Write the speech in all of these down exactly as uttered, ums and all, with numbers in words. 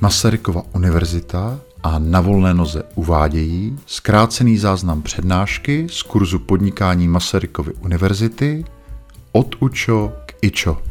Masarykova univerzita a Na volné noze uvádějí zkrácený záznam přednášky z kurzu podnikání Masarykovy univerzity Od učo k ičo.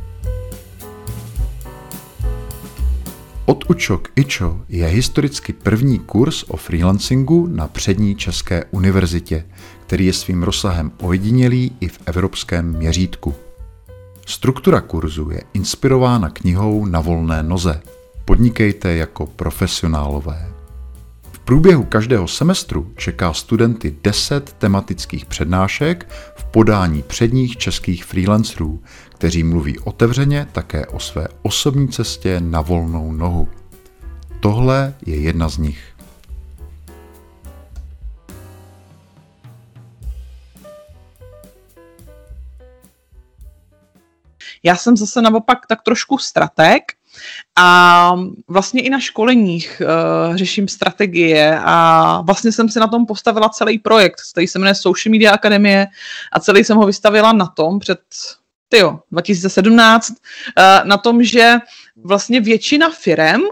Od učo k ičo je historicky první kurz o freelancingu na přední české univerzitě, který je svým rozsahem ojedinělý i v evropském měřítku. Struktura kurzu je inspirována knihou Na volné noze. Podnikejte jako profesionálové. V průběhu každého semestru čeká studenty deset tematických přednášek v podání předních českých freelancerů, kteří mluví otevřeně také o své osobní cestě na volnou nohu. Tohle je jedna z nich. Já jsem zase naopak tak trošku strateg a vlastně i na školeních uh, řeším strategie a vlastně jsem si na tom postavila celý projekt, který se jmenuje Social Media Akademie a celý jsem ho vystavila na tom před tyjo, dva tisíce sedmnáct, uh, na tom, že vlastně většina firem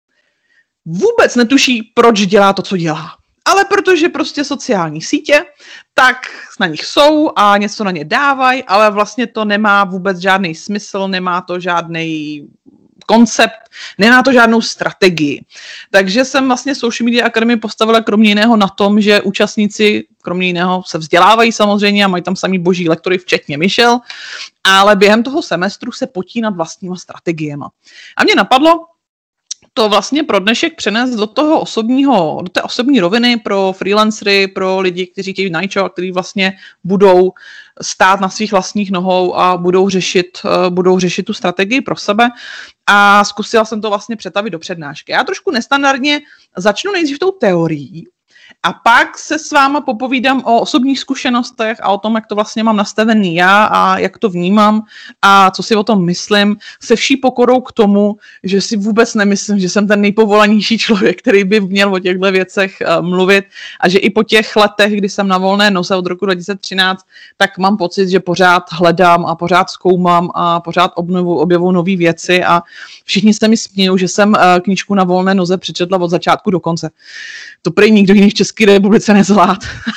vůbec netuší, proč dělá to, co dělá. Ale protože prostě sociální sítě, tak na nich jsou a něco na ně dávají, ale vlastně to nemá vůbec žádný smysl, nemá to žádný koncept, nemá to žádnou strategii. Takže jsem vlastně Social Media Academy postavila kromě jiného na tom, že účastníci kromě jiného se vzdělávají samozřejmě a mají tam samý boží lektory, včetně Michelle, ale během toho semestru se potí nad vlastníma strategiemi. A mě napadlo to vlastně pro dnešek přenést do toho osobního, do té osobní roviny pro freelancery, pro lidi, kteří chtějí na ičo a kteří vlastně budou stát na svých vlastních nohou a budou řešit, budou řešit tu strategii pro sebe. A zkusila jsem to vlastně přetavit do přednášky. Já trošku nestandardně začnu nejdřív tou teorií, a pak se s váma popovídám o osobních zkušenostech a o tom, jak to vlastně mám nastavený já a jak to vnímám a co si o tom myslím, se vší pokorou k tomu, že si vůbec nemyslím, že jsem ten nejpovolanější člověk, který by měl o těchto věcech uh, mluvit a že i po těch letech, kdy jsem na volné noze od roku dva tisíce třináct, tak mám pocit, že pořád hledám a pořád zkoumám a pořád obnovu, objevuju nové věci a všichni se mi smějou, že jsem uh, knížku Na volné noze přečetla od začátku do konce. To prý nikdo jiný v České republice nezvlád,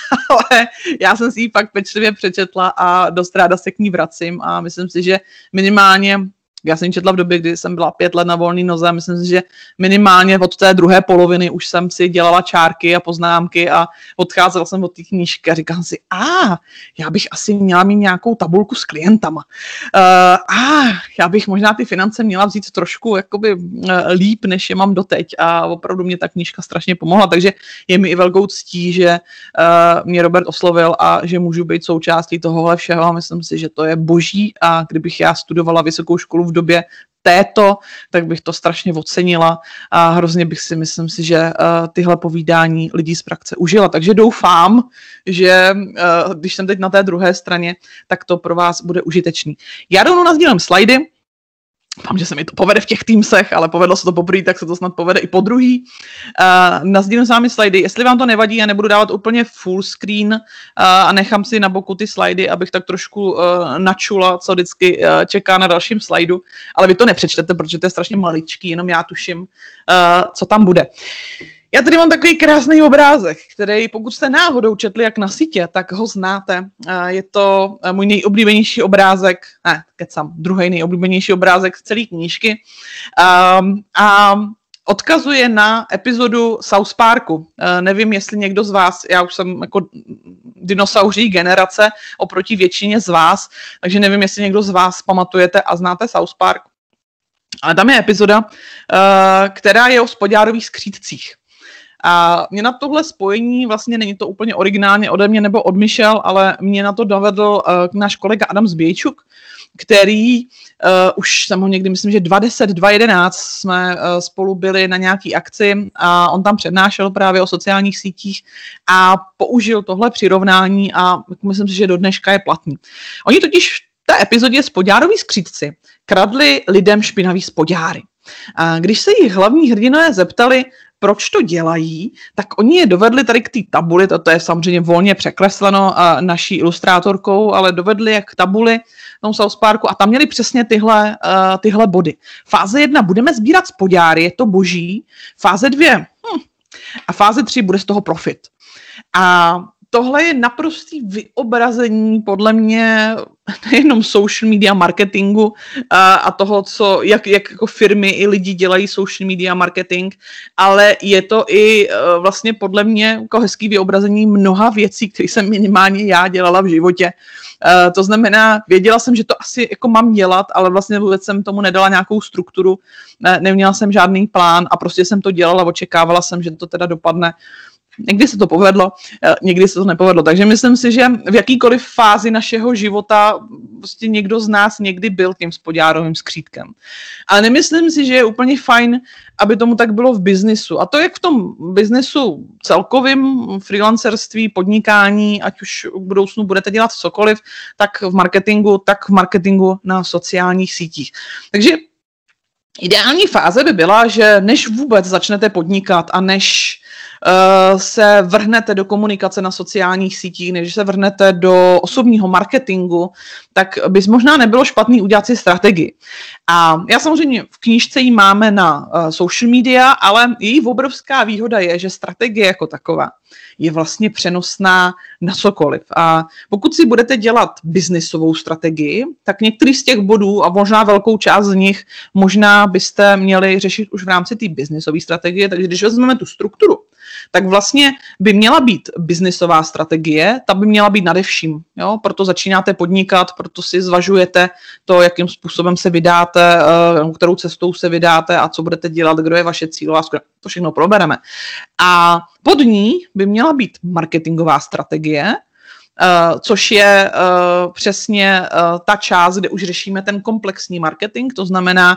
ale já jsem si ji pak pečlivě přečetla a dost ráda se k ní vracím a myslím si, že minimálně, já jsem ji četla v době, kdy jsem byla pět let na volné noze a myslím si, že minimálně od té druhé poloviny už jsem si dělala čárky a poznámky a odcházela jsem od té knížky a říkám si, a ah, já bych asi měla mít nějakou tabulku s klientama. A uh, ah, já bych možná ty finance měla vzít trošku jakoby uh, líp, než je mám doteď a opravdu mě ta knížka strašně pomohla, takže je mi i velkou ctí, že uh, mě Robert oslovil a že můžu být součástí tohohle všeho a myslím si, že to je boží a kdybych já studovala vysokou školu v době této, tak bych to strašně ocenila a hrozně bych si, myslím si, že uh, tyhle povídání lidí z praxe užila. Takže doufám, že uh, když jsem teď na té druhé straně, tak to pro vás bude užitečný. Já rovnou nasdílím slajdy. Doufám, že se mi to povede v těch Teamsech, ale povedlo se to poprvé, tak se to snad povede i po druhý. Uh, nazdílím s vámi slajdy. Jestli vám to nevadí, já nebudu dávat úplně full screen uh, a nechám si na boku ty slajdy, abych tak trošku uh, načula, co vždycky uh, čeká na dalším slajdu. Ale vy to nepřečtete, protože to je strašně maličký, jenom já tuším, uh, co tam bude. Já tady mám takový krásný obrázek, který pokud jste náhodou četli jak na sítě, tak ho znáte. Je to můj nejoblíbenější obrázek, ne, kecam, druhý nejoblíbenější obrázek z celé knížky. Um, a odkazuje na epizodu South Parku. Uh, nevím, jestli někdo z vás, já už jsem jako dinosauří generace oproti většině z vás, takže nevím, jestli někdo z vás pamatujete a znáte South Park. Ale tam je epizoda, uh, která je o spodňárových skřídcích. A mě na tohle spojení, vlastně není to úplně originálně ode mě nebo od Michelle, ale mě na to dovedl uh, náš kolega Adam Zbějčuk, který, uh, už jsem ho někdy, myslím, že dvacet deset, dvacet jedenáct jsme uh, spolu byli na nějaký akci a on tam přednášel právě o sociálních sítích a použil tohle přirovnání a myslím si, že do dneška je platný. Oni totiž v té epizodě spodňároví skřídci kradli lidem špinavý spodňáry. A když se jich hlavní hrdinové zeptali, proč to dělají, tak oni je dovedli tady k té tabuli, to, to je samozřejmě volně překresleno a naší ilustrátorkou, ale dovedli jak k tabuli tom South Parku a tam měli přesně tyhle, uh, tyhle body. Fáze jedna, budeme sbírat spodňáry, je to boží. Fáze dvě, hm. a fáze tři, bude z toho profit. A tohle je naprostý vyobrazení podle mě nejenom social media marketingu a, a toho, co, jak, jak jako firmy i lidi dělají social media marketing, ale je to i vlastně podle mě jako hezký vyobrazení mnoha věcí, které jsem minimálně já dělala v životě. Uh, to znamená, věděla jsem, že to asi jako mám dělat, ale vlastně vůbec jsem tomu nedala nějakou strukturu, ne, neměla jsem žádný plán a prostě jsem to dělala, očekávala jsem, že to teda dopadne. Někdy se to povedlo, někdy se to nepovedlo. Takže myslím si, že v jakýkoliv fázi našeho života prostě někdo z nás někdy byl tím spodňárovým skřítkem. Ale nemyslím si, že je úplně fajn, aby tomu tak bylo v biznisu. A to jak v tom biznisu celkovým, freelancerství, podnikání, ať už v budoucnu budete dělat cokoliv, tak v marketingu, tak v marketingu na sociálních sítích. Takže ideální fáze by byla, že než vůbec začnete podnikat a než uh, se vrhnete do komunikace na sociálních sítích, než se vrhnete do osobního marketingu, tak by možná nebylo špatný udělat si strategii. A já samozřejmě v knížce ji máme na uh, social media, ale její obrovská výhoda je, že strategie jako taková je vlastně přenosná na cokoliv. A pokud si budete dělat biznisovou strategii, tak některý z těch bodů a možná velkou část z nich možná byste měli řešit už v rámci té biznisové strategie. Takže když vezmeme tu strukturu, tak vlastně by měla být biznisová strategie, ta by měla být nadevším. Jo? Proto začínáte podnikat, proto si zvažujete to, jakým způsobem se vydáte, kterou cestou se vydáte a co budete dělat, kdo je vaše cílová skupina. To všechno probereme. A pod ní by měla být marketingová strategie, Uh, což je uh, přesně uh, ta část, kde už řešíme ten komplexní marketing, to znamená,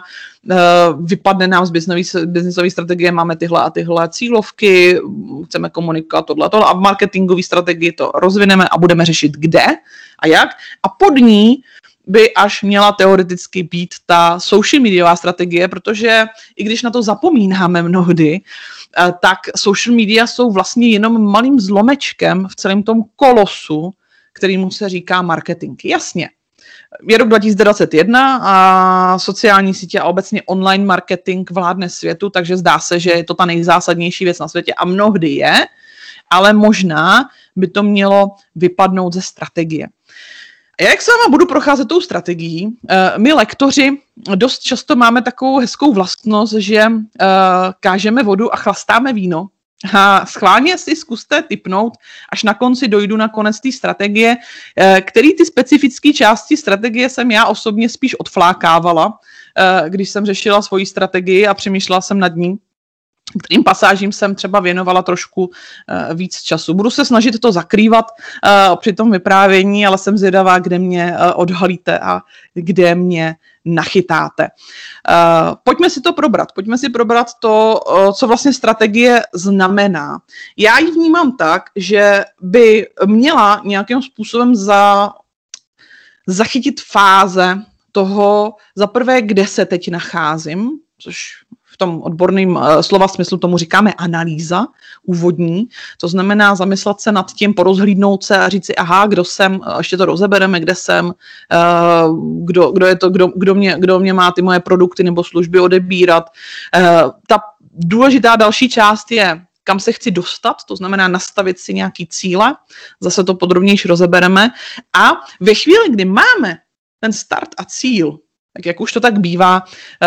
uh, vypadne nám z biznisové strategie, máme tyhle a tyhle cílovky, chceme komunikovat tohle, tohle a v marketingové strategii to rozvineme a budeme řešit kde a jak. A pod ní by až měla teoreticky být ta social mediová strategie, protože i když na to zapomínáme mnohdy, tak social media jsou vlastně jenom malým zlomečkem v celém tom kolosu, kterýmu se říká marketing. Jasně, je rok dva tisíce dvacet jedna a sociální sítě a obecně online marketing vládne světu, takže zdá se, že je to ta nejzásadnější věc na světě a mnohdy je, ale možná by to mělo vypadnout ze strategie. Já jak s váma budu procházet tou strategií, my lektoři dost často máme takovou hezkou vlastnost, že kážeme vodu a chlastáme víno. A schválně si zkuste tipnout, až na konci dojdu na konec té strategie, který ty specifické části strategie jsem já osobně spíš odflákávala, když jsem řešila svoji strategii a přemýšlela jsem nad ní, kterým pasážím jsem třeba věnovala trošku uh, víc času. Budu se snažit to zakrývat uh, při tom vyprávění, ale jsem zvědavá, kde mě uh, odhalíte a kde mě nachytáte. Uh, pojďme si to probrat. Pojďme si probrat to, uh, co vlastně strategie znamená. Já ji vnímám tak, že by měla nějakým způsobem za, zachytit fáze toho, za prvé, kde se teď nacházím, což v tom odborném uh, slova smyslu tomu říkáme analýza úvodní, to znamená zamyslet se nad tím, porozhlídnout se a říct si, aha, kdo jsem, ještě to rozebereme, kde jsem, uh, kdo, kdo je to, kdo, kdo, mě, kdo mě má ty moje produkty nebo služby odebírat. Uh, ta důležitá další část je, kam se chci dostat, to znamená nastavit si nějaký cíle, zase to podrobnější rozebereme a ve chvíli, kdy máme ten start a cíl, tak jak už to tak bývá,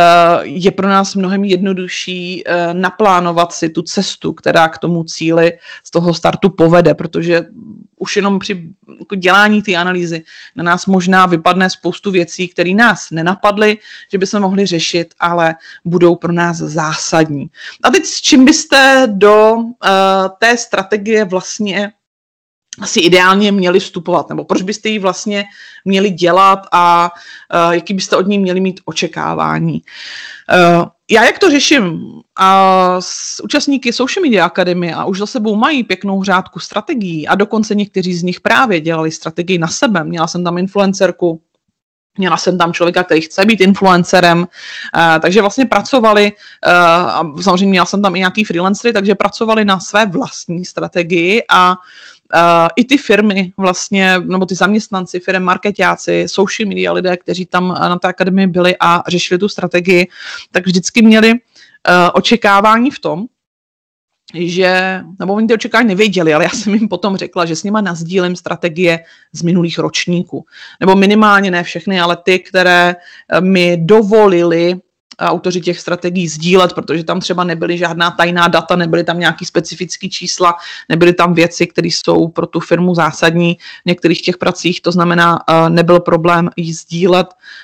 je pro nás mnohem jednodušší naplánovat si tu cestu, která k tomu cíli z toho startu povede, protože už jenom při dělání té analýzy na nás možná vypadne spoustu věcí, které nás nenapadly, že bychom mohli řešit, ale budou pro nás zásadní. A teď s čím byste do té strategie vlastně asi ideálně měli vstupovat, nebo proč byste ji vlastně měli dělat a uh, jaký byste od ní měli mít očekávání. Uh, já jak to řeším uh, s účastníky Social Media Akademie a už za sebou mají pěknou řádku strategií a dokonce někteří z nich právě dělali strategii na sebe. Měla jsem tam influencerku, Měla jsem tam člověka, který chce být influencerem, uh, takže vlastně pracovali, uh, a samozřejmě měla jsem tam i nějaký freelancery, takže pracovali na své vlastní strategii a Uh, i ty firmy vlastně, nebo ty zaměstnanci, firmy, marketáci, social media lidé, kteří tam na té akademii byli a řešili tu strategii, tak vždycky měli uh, očekávání v tom, že, nebo oni ty očekávání nevěděli, ale já jsem jim potom řekla, že s nima nasdílím strategie z minulých ročníků. Nebo minimálně ne všechny, ale ty, které mi dovolili autoři těch strategií sdílet, protože tam třeba nebyly žádná tajná data, nebyly tam nějaký specifický čísla, nebyly tam věci, které jsou pro tu firmu zásadní v některých těch pracích, to znamená, nebyl problém jí sdílet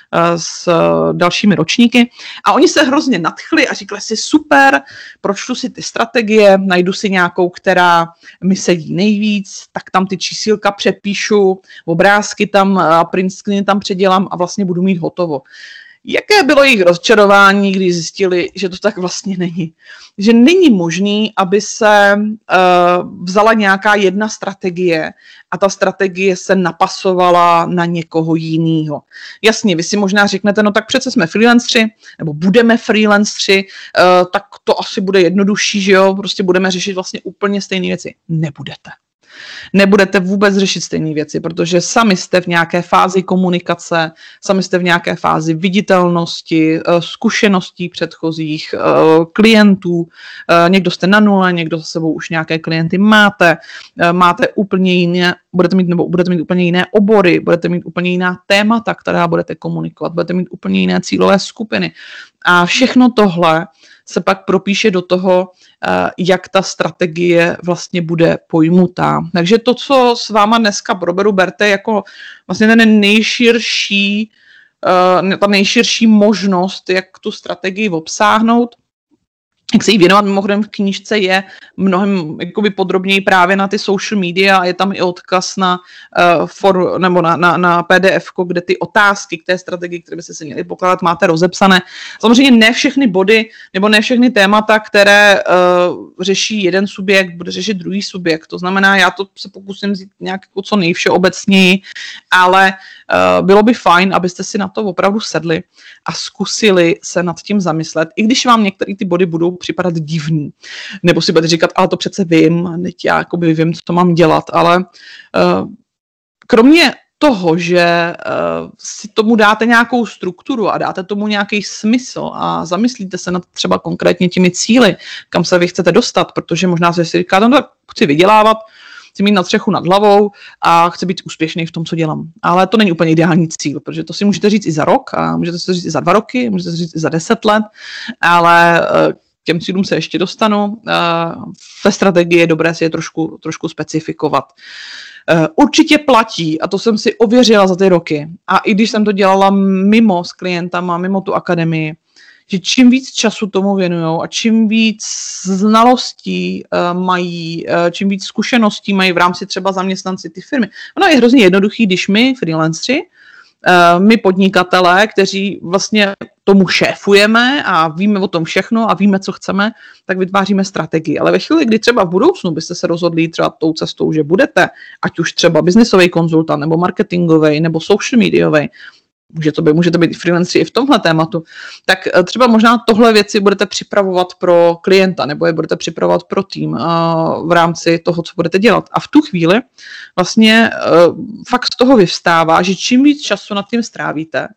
s dalšími ročníky. A oni se hrozně nadchli a říkali si super, pročtu si ty strategie, najdu si nějakou, která mi sedí nejvíc, tak tam ty čísílka přepíšu, obrázky tam, print screen tam předělám a vlastně budu mít hotovo. Jaké bylo jejich rozčarování, když zjistili, že to tak vlastně není? Že není možný, aby se uh, vzala nějaká jedna strategie a ta strategie se napasovala na někoho jiného. Jasně, vy si možná řeknete, no tak přece jsme freelancři, nebo budeme freelancři, uh, tak to asi bude jednodušší, že jo, prostě budeme řešit vlastně úplně stejné věci. Nebudete. Nebudete vůbec řešit stejné věci, protože sami jste v nějaké fázi komunikace, sami jste v nějaké fázi viditelnosti, zkušeností předchozích, klientů, někdo jste na nule, někdo za sebou už nějaké klienty máte, máte úplně jiné, budete mít, nebo budete mít úplně jiné obory, budete mít úplně jiná témata, která budete komunikovat, budete mít úplně jiné cílové skupiny. A všechno tohle se pak propíše do toho, jak ta strategie vlastně bude pojmutá. Takže to, co s váma dneska proberu, berte jako vlastně ten nejširší, ta nejširší možnost, jak tu strategii obsáhnout. Jak se jí věnovat, mimochodem v knížce je mnohem jakoby podrobněji právě na ty social media a je tam i odkaz na, uh, for, nebo na, na, na P D F, kde ty otázky k té strategii, které byste si měli pokládat, máte rozepsané. Samozřejmě ne všechny body nebo ne všechny témata, které uh, řeší jeden subjekt, bude řešit druhý subjekt. To znamená, já to se pokusím vzít nějak jako co nejvšeobecněji, ale uh, bylo by fajn, abyste si na to opravdu sedli a zkusili se nad tím zamyslet, i když vám některé ty body budou připadat divný. Nebo si budete říkat, ale to přece vím, teď já jakoby vím, co mám dělat, ale uh, kromě toho, že uh, si tomu dáte nějakou strukturu a dáte tomu nějaký smysl a zamyslíte se nad třeba konkrétně těmi cíli, kam se vy chcete dostat, protože možná si říkáte, no tak chci vydělávat, chci mít na střechu nad hlavou a chci být úspěšný v tom, co dělám. Ale to není úplně ideální cíl, protože to si můžete říct i za rok a můžete si říct i za dva roky, můžete si říct i za deset let, ale uh, těm cílům se ještě dostanu. Ve strategii je dobré si je trošku, trošku specifikovat. Určitě platí, a to jsem si ověřila za ty roky, a i když jsem to dělala mimo s klientama, mimo tu akademii, že čím víc času tomu věnujou a čím víc znalostí uh, mají, uh, čím víc zkušeností mají v rámci třeba zaměstnanci ty firmy. Ono je hrozně jednoduchý, když my, freelancři, uh, my podnikatelé, kteří vlastně tomu šéfujeme a víme o tom všechno a víme, co chceme, tak vytváříme strategii. Ale ve chvíli, kdy třeba v budoucnu byste se rozhodli třeba tou cestou, že budete, ať už třeba biznisový konzultant, nebo marketingový, nebo social mediový, může to být, můžete být freelanci i v tomhle tématu, tak třeba možná tohle věci budete připravovat pro klienta nebo je budete připravovat pro tým v rámci toho, co budete dělat. A v tu chvíli vlastně fakt z toho vyvstává, že čím víc času nad tím strávíte,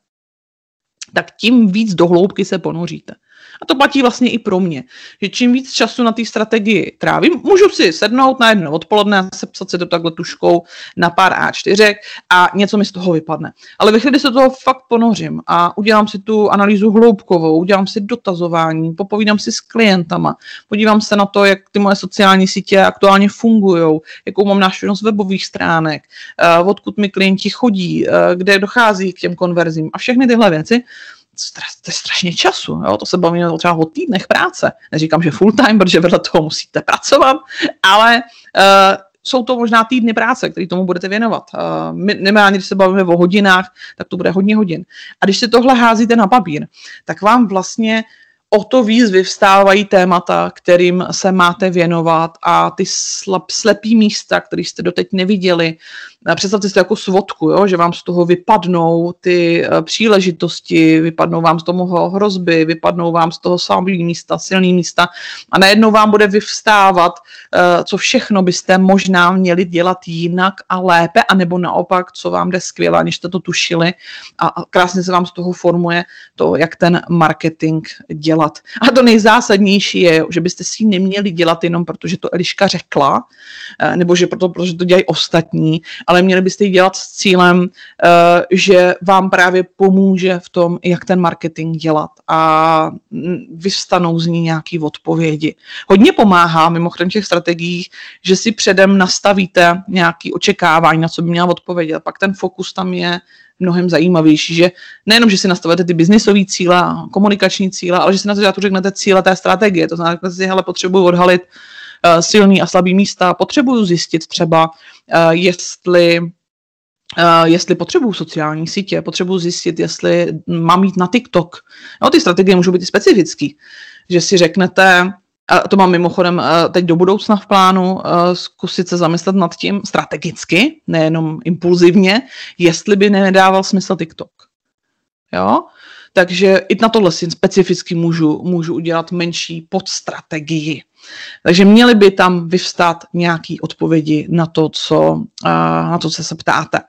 tak tím víc do hloubky se ponoříte. A to platí vlastně i pro mě, že čím víc času na té strategii trávím, můžu si sednout na jedno odpoledne a sepsat si to takhle tuškou na pár á čtyři a něco mi z toho vypadne. Ale ve chvíli se toho fakt ponořím a udělám si tu analýzu hloubkovou, udělám si dotazování, popovídám si s klientama, podívám se na to, jak ty moje sociální sítě aktuálně fungují, jakou mám návštěvnost webových stránek, odkud mi klienti chodí, kde dochází k těm konverzím a všechny tyhle věci. To je strašně času, jo? To se bavíme třeba o týdnech práce. Neříkám, že full time, protože vedle toho musíte pracovat, ale uh, jsou to možná týdny práce, které tomu budete věnovat. Uh, my, nemá, když se bavíme o hodinách, tak to bude hodně hodin. A když si tohle házíte na papír, tak vám vlastně o to víc vyvstávají témata, kterým se máte věnovat a ty slep, slepý místa, které jste doteď neviděli, Představte si to jako svodku, jo? Že vám z toho vypadnou ty příležitosti, vypadnou vám z toho hrozby, vypadnou vám z toho slabý místa, silný místa a najednou vám bude vyvstávat, co všechno byste možná měli dělat jinak a lépe, anebo naopak, co vám jde skvěle, než jste to tušili a krásně se vám z toho formuje to, jak ten marketing dělat. A to nejzásadnější je, že byste si neměli dělat jenom protože to Eliška řekla, nebo že proto, protože to dělají ostatní, ale měli byste ji dělat s cílem, že vám právě pomůže v tom, jak ten marketing dělat a vyvstanou z ní nějaké odpovědi. Hodně pomáhá mimochodem v těch strategiích, že si předem nastavíte nějaké očekávání, na co by měla odpovědět. A pak ten fokus tam je mnohem zajímavější, že nejenom, že si nastavujete ty biznisové cíle, komunikační cíle, ale že si na to dělat řeknete cíle té strategie. To znamená, že si hele, potřebuji odhalit uh, silný a slabý místa, potřebuji zjistit třeba, uh, jestli Uh, jestli potřebuju sociální sítě, potřebuju zjistit, jestli mám jít na TikTok. No, ty strategie můžou být i specifický, že si řeknete, a to mám mimochodem teď do budoucna v plánu, zkusit se zamyslet nad tím strategicky, nejenom impulzivně, jestli by nedával smysl TikTok. Jo? Takže i na tohle si specificky můžu, můžu udělat menší podstrategii. Takže měly by tam vyvstát nějaké odpovědi na to, co, na to, co se ptáte.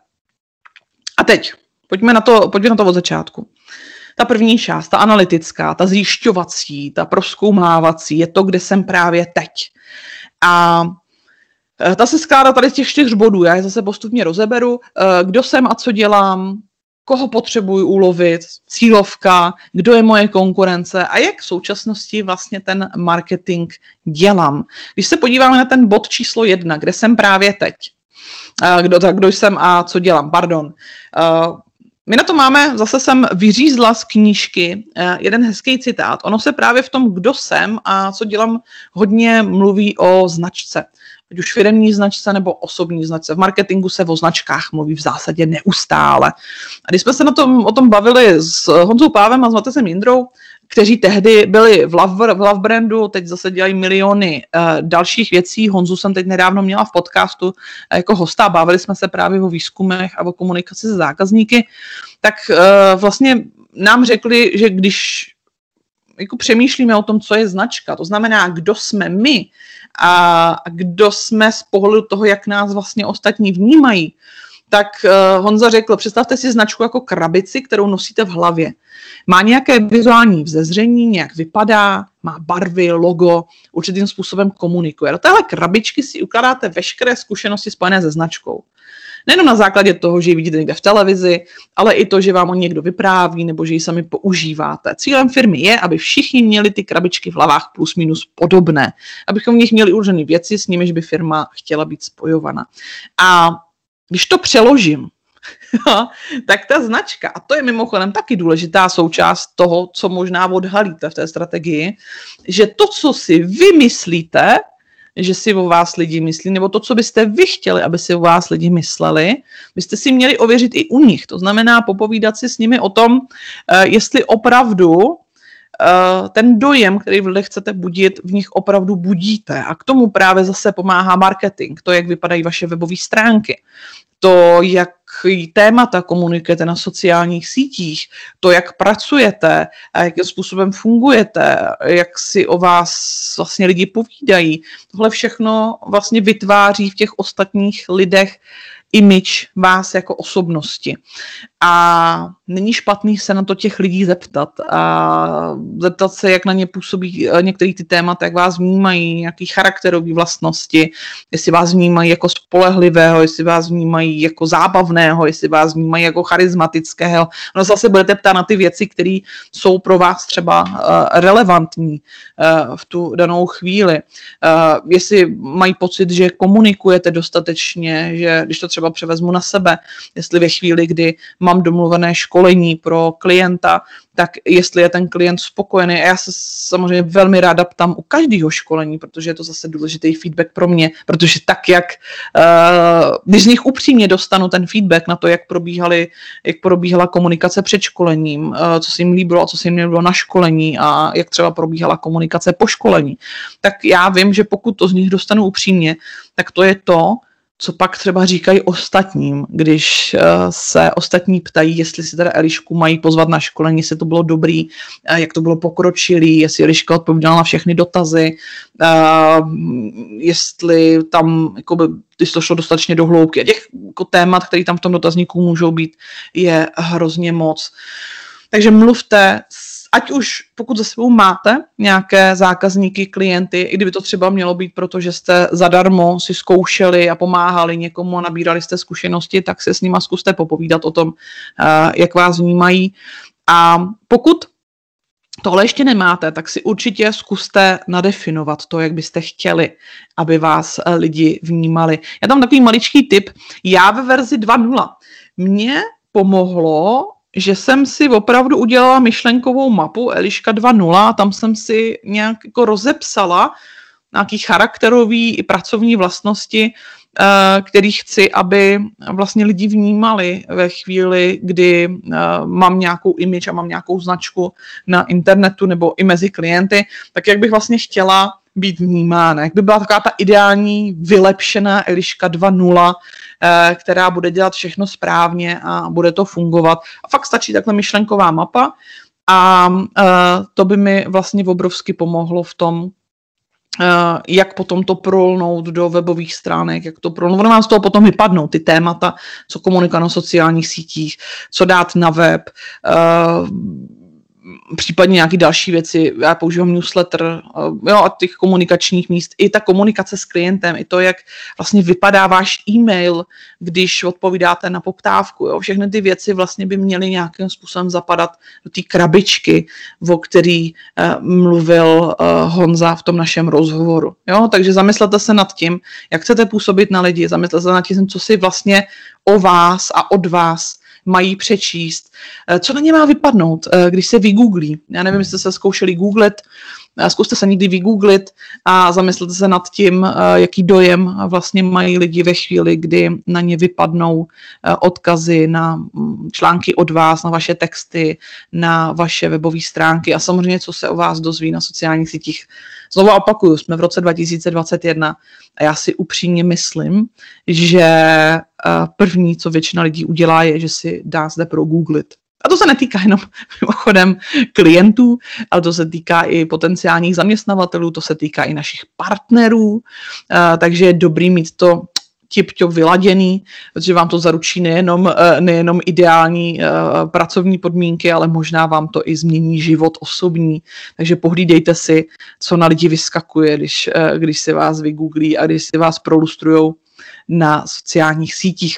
A teď, pojďme na to, pojďme na to od začátku. Ta první část, ta analytická, ta zjišťovací, ta prozkoumávací, je to, kde jsem právě teď. A ta se skládá tady z těch čtyř bodů, já je zase postupně rozeberu, kdo jsem a co dělám, koho potřebuji ulovit, cílovka, kdo je moje konkurence a jak v současnosti vlastně ten marketing dělám. Když se podíváme na ten bod číslo jedna, kde jsem právě teď, kdo, tak, kdo jsem a co dělám, pardon. My na to máme, zase jsem vyřízla z knížky jeden hezký citát. Ono se právě v tom, kdo jsem a co dělám, hodně mluví o značce. Ať už firemní značce nebo osobní značce. V marketingu se o značkách mluví v zásadě neustále. A když jsme se na tom, o tom bavili s Honzou Pávem a s Matesem Jindrou, kteří tehdy byli v Love, v Love Brandu, teď zase dělají miliony uh, dalších věcí. Honzu jsem teď nedávno měla v podcastu uh, jako hosta, bavili jsme se právě o výzkumech a o komunikaci se zákazníky, tak uh, vlastně nám řekli, že když jako přemýšlíme o tom, co je značka, to znamená, kdo jsme my a kdo jsme z pohledu toho, jak nás vlastně ostatní vnímají, tak uh, Honza řekl, představte si značku jako krabici, kterou nosíte v hlavě. Má nějaké vizuální vzezření, nějak vypadá, má barvy, logo, určitým způsobem komunikuje. Do téhle krabičky si ukládáte veškeré zkušenosti spojené se značkou. Nejenom na základě toho, že ji vidíte někde v televizi, ale i to, že vám o někdo vypráví nebo že ji sami používáte. Cílem firmy je, aby všichni měli ty krabičky v hlavách plus minus podobné. Abychom v nich měli určené věci, s nimiž by firma chtěla být spojovaná. A když to přeložím, tak ta značka, a to je mimochodem taky důležitá součást toho, co možná odhalíte v té strategii, že to, co si vymyslíte, že si o vás lidi myslí, nebo to, co byste vy chtěli, aby si o vás lidi mysleli, byste si měli ověřit i u nich. To znamená popovídat si s nimi o tom, jestli opravdu ten dojem, který v lidech chcete budit, v nich opravdu budíte. A k tomu právě zase pomáhá marketing, to, jak vypadají vaše webové stránky, to, jak témata komunikujete na sociálních sítích, to, jak pracujete, a jakým způsobem fungujete, jak si o vás vlastně lidi povídají. Tohle všechno vlastně vytváří v těch ostatních lidech image vás jako osobnosti. A není špatný se na to těch lidí zeptat. A zeptat se, jak na ně působí některé ty témata, jak vás vnímají, nějaké charakterové vlastnosti, jestli vás vnímají jako spolehlivého, jestli vás vnímají jako zábavného, jestli vás vnímají jako charismatického. No zase budete ptát na ty věci, které jsou pro vás třeba uh, relevantní uh, v tu danou chvíli. Uh, jestli mají pocit, že komunikujete dostatečně, že když to třeba převezmu na sebe, jestli ve chvíli, kdy mám domluvené školení pro klienta, tak jestli je ten klient spokojený. A já se samozřejmě velmi ráda ptám u každého školení, protože je to zase důležitý feedback pro mě, protože tak, jak uh, když z nich upřímně dostanu ten feedback na to, jak probíhaly, jak probíhala komunikace před školením, uh, co se jim líbilo a co se jim líbilo na školení a jak třeba probíhala komunikace po školení, tak já vím, že pokud to z nich dostanu upřímně, tak to je to, co pak třeba říkají ostatním, když uh, se ostatní ptají, jestli si teda Elišku mají pozvat na školení, jestli to bylo dobrý, uh, jak to bylo pokročilý, jestli Eliška odpovídala na všechny dotazy, uh, jestli tam jakoby, jestli to šlo dostatečně do hloubky. A těch jako, témat, které tam v tom dotazníku můžou být, je hrozně moc. Takže mluvte, ať už pokud za sebou máte nějaké zákazníky, klienty, i kdyby to třeba mělo být, protože jste zadarmo si zkoušeli a pomáhali někomu a nabírali jste zkušenosti, tak se s nima zkuste popovídat o tom, jak vás vnímají. A pokud tohle ještě nemáte, tak si určitě zkuste nadefinovat to, jak byste chtěli, aby vás lidi vnímali. Já tam takový maličký tip. Já ve verzi dva tečka nula. Mně pomohlo, že jsem si opravdu udělala myšlenkovou mapu Eliška dva tečka nula, tam jsem si nějak jako rozepsala nějaký charakterový i pracovní vlastnosti, který chci, aby vlastně lidi vnímali ve chvíli, kdy mám nějakou image a mám nějakou značku na internetu nebo i mezi klienty, tak jak bych vlastně chtěla být vnímána. Jak by byla taková ta ideální vylepšená Eliška dva tečka nula, která bude dělat všechno správně a bude to fungovat. A fakt stačí takhle myšlenková mapa a to by mi vlastně obrovsky pomohlo v tom, jak potom to prolnout do webových stránek, jak to prolnout. Ono vám z toho potom vypadnou ty témata, co komunikovat na sociálních sítích, co dát na web, případně nějaké další věci. Já používám newsletter, jo, a těch komunikačních míst. I ta komunikace s klientem, i to, jak vlastně vypadá váš e-mail, když odpovídáte na poptávku. Jo. Všechny ty věci vlastně by měly nějakým způsobem zapadat do té krabičky, o který uh, mluvil uh, Honza v tom našem rozhovoru. Jo. Takže zamyslete se nad tím, jak chcete působit na lidi, zamyslete se nad tím, co si vlastně o vás a od vás mají přečíst. Co na ně má vypadnout, když se vygooglí? Já nevím, jestli jste se zkoušeli googlit, zkuste se někdy vygooglit a zamyslete se nad tím, jaký dojem vlastně mají lidi ve chvíli, kdy na ně vypadnou odkazy na články od vás, na vaše texty, na vaše webové stránky a samozřejmě, co se o vás dozví na sociálních sítích. Znovu opakuju, jsme v roce dva tisíce dvacet jedna a já si upřímně myslím, že první, co většina lidí udělá, je, že si dá zde progooglit. A to se netýká jenom mimochodem klientů, ale to se týká i potenciálních zaměstnavatelů, to se týká i našich partnerů, takže je dobrý mít to tip-top vyladěný, protože vám to zaručí nejenom, nejenom ideální pracovní podmínky, ale možná vám to i změní život osobní. Takže pohlídejte si, co na lidi vyskakuje, když, když si vás vygooglí a když si vás prolustrujou na sociálních sítích.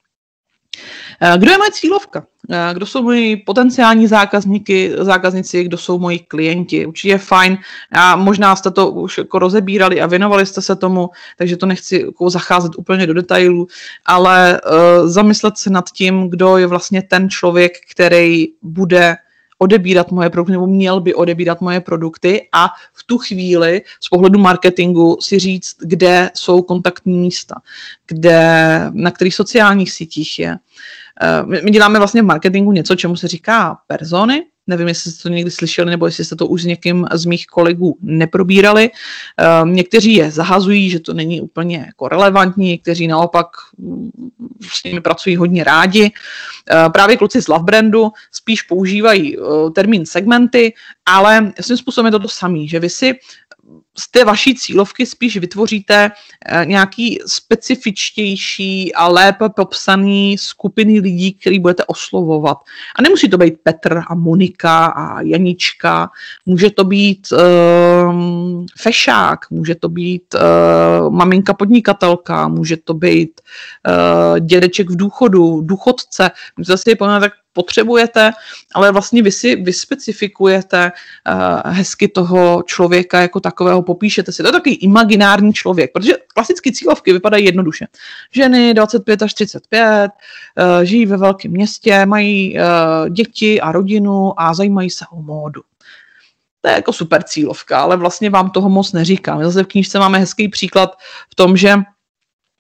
Kdo je moje cílovka? Kdo jsou moji potenciální zákazníky, zákazníci, kdo jsou moji klienti? Určitě je fajn. A možná jste to už jako rozebírali a věnovali jste se tomu, takže to nechci jako zacházet úplně do detailů, ale uh, zamyslet se nad tím, kdo je vlastně ten člověk, který bude odebírat moje produkty, nebo měl by odebírat moje produkty a v tu chvíli z pohledu marketingu si říct, kde jsou kontaktní místa, kde, na kterých sociálních sítích je. My děláme vlastně v marketingu něco, čemu se říká persony. Nevím, jestli jste to někdy slyšeli, nebo jestli jste to už s někým z mých kolegů neprobírali. Někteří je zahazují, že to není úplně jako relevantní, někteří naopak s nimi pracují hodně rádi. Právě kluci z Love Brandu spíš používají termín segmenty, ale svým způsobem je to to samé, že vy si z té vaší cílovky spíš vytvoříte nějaký specifičtější a lépe popsaný skupiny lidí, který budete oslovovat. A nemusí to být Petr a Monika a Janička, může to být um, fešák, může to být uh, maminka podnikatelka, může to být uh, dědeček v důchodu, důchodce. Můžete si je tak potřebujete, ale vlastně vy si vyspecifikujete uh, hezky toho člověka jako takového, popíšete si. To je takový imaginární člověk, protože klasické cílovky vypadají jednoduše. Ženy dvacet pět až třicet pět, uh, žijí ve velkém městě, mají uh, děti a rodinu a zajímají se o módu. To je jako super cílovka, ale vlastně vám toho moc neříkám. Zase v knížce máme hezký příklad v tom, že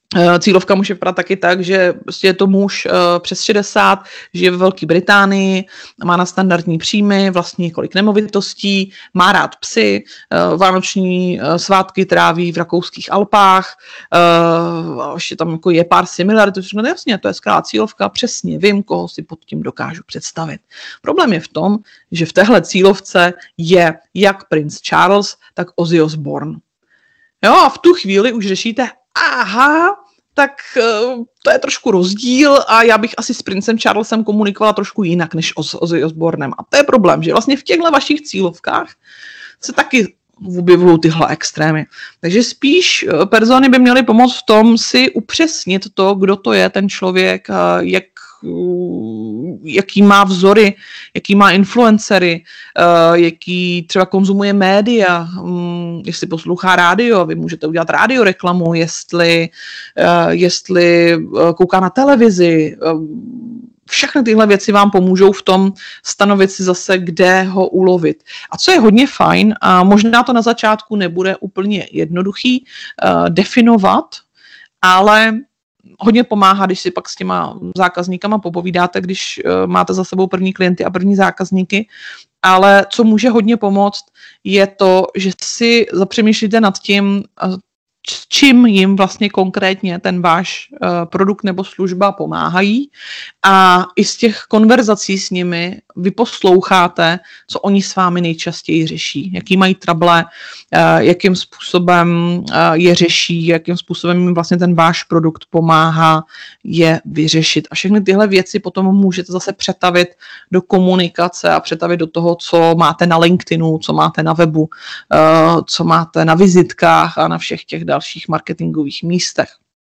Cílovka může vypadat taky tak, že prostě je to muž uh, přes šedesát, žije ve Velké Británii, má na standardní příjmy, vlastní několik nemovitostí, má rád psy, uh, vánoční uh, svátky tráví v rakouských Alpách, uh, ještě tam jako je pár similarit, no jasně, to je skvělá cílovka, přesně vím, koho si pod tím dokážu představit. Problém je v tom, že v téhle cílovce je jak princ Charles, tak Ozzy Osbourne. Jo, a v tu chvíli už řešíte, aha, tak uh, to je trošku rozdíl a já bych asi s princem Charlesem komunikovala trošku jinak než s Ozzy Osbournem. A to je problém, že vlastně v těchto vašich cílovkách se taky objevují tyhle extrémy. Takže spíš persony by měly pomoct v tom si upřesnit to, kdo to je ten člověk, jak, jaký má vzory, jaký má influencery, jaký třeba konzumuje média, jestli poslouchá rádio, vy můžete udělat rádioreklamu, jestli, jestli kouká na televizi. Všechny tyhle věci vám pomůžou v tom stanovit si zase, kde ho ulovit. A co je hodně fajn, a možná to na začátku nebude úplně jednoduchý uh, definovat, ale hodně pomáhá, když si pak s těma zákazníkama popovídáte, když uh, máte za sebou první klienty a první zákazníky. Ale co může hodně pomoct, je to, že si zapřemýšlíte nad tím, uh, čím jim vlastně konkrétně ten váš uh, produkt nebo služba pomáhají a i z těch konverzací s nimi vy posloucháte, co oni s vámi nejčastěji řeší, jaký mají trable, uh, jakým způsobem uh, je řeší, jakým způsobem jim vlastně ten váš produkt pomáhá je vyřešit. A všechny tyhle věci potom můžete zase přetavit do komunikace a přetavit do toho, co máte na LinkedInu, co máte na webu, uh, co máte na vizitkách a na všech těch dalších marketingových místech.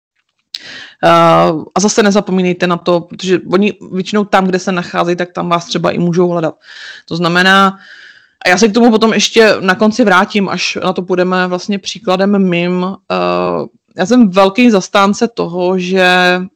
Uh, a zase nezapomínejte na to, protože oni většinou tam, kde se nacházejí, tak tam vás třeba i můžou hledat. To znamená, a já se k tomu potom ještě na konci vrátím, až na to půjdeme vlastně příkladem mým. Uh, já jsem velký zastánce toho, že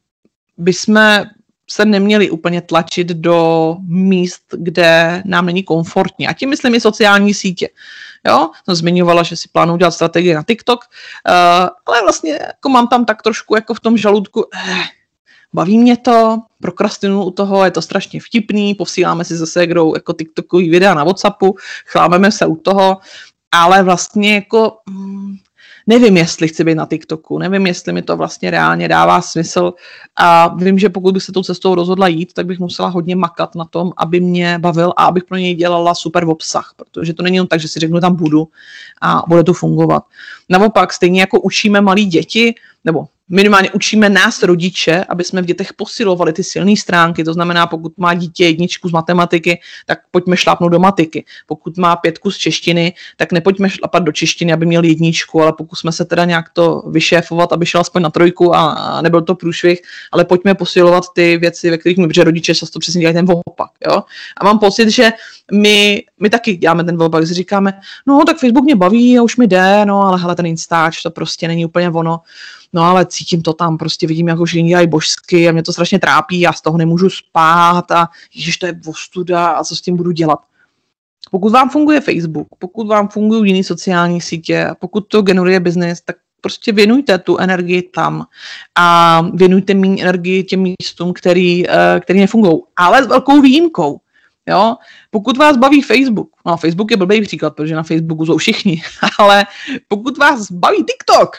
bychom se neměli úplně tlačit do míst, kde nám není komfortní. A tím myslím i sociální sítě. Jo, jsem zmiňovala, že si plánuju dělat strategii na TikTok, uh, ale vlastně jako mám tam tak trošku jako v tom žaludku, eh, baví mě to, prokrastinuju u toho, je to strašně vtipný, posíláme si zase hrou jako TikTokový videa na WhatsAppu, chlámeme se u toho, ale vlastně jako mm, nevím, jestli chci být na TikToku, nevím, jestli mi to vlastně reálně dává smysl a vím, že pokud bych se tou cestou rozhodla jít, tak bych musela hodně makat na tom, aby mě bavil a abych pro něj dělala super obsah, protože to není jen tak, že si řeknu, tam budu a bude to fungovat. Naopak, stejně jako učíme malí děti, nebo minimálně učíme nás rodiče, aby jsme v dětech posilovali ty silné stránky, to znamená, pokud má dítě jedničku z matematiky, tak pojďme šlápnout do matiky. Pokud má pětku z češtiny, tak nepojďme šlapat do češtiny, aby měl jedničku, ale pokusme se teda nějak to vyšéfovat, aby šel aspoň na trojku a nebyl to průšvih, ale pojďme posilovat ty věci, ve kterých my, protože rodiče často přesně dělají ten opak. Jo? A mám pocit, že my, my taky děláme ten opak, že říkáme, no tak Facebook mě baví a už mi jde, no ale hele, ten Instač, to prostě není úplně ono. No ale cítím to tam, prostě vidím, jak už jiní dělají božsky a mě to strašně trápí, já z toho nemůžu spát a ježiš, to je ostuda a co s tím budu dělat. Pokud vám funguje Facebook, pokud vám fungují jiné sociální sítě, pokud to generuje biznis, tak prostě věnujte tu energii tam a věnujte méně energii těm místům, který, který nefungují. Ale s velkou výjimkou. Jo? Pokud vás baví Facebook, no Facebook je blbý příklad, protože na Facebooku jsou všichni, ale pokud vás baví TikTok,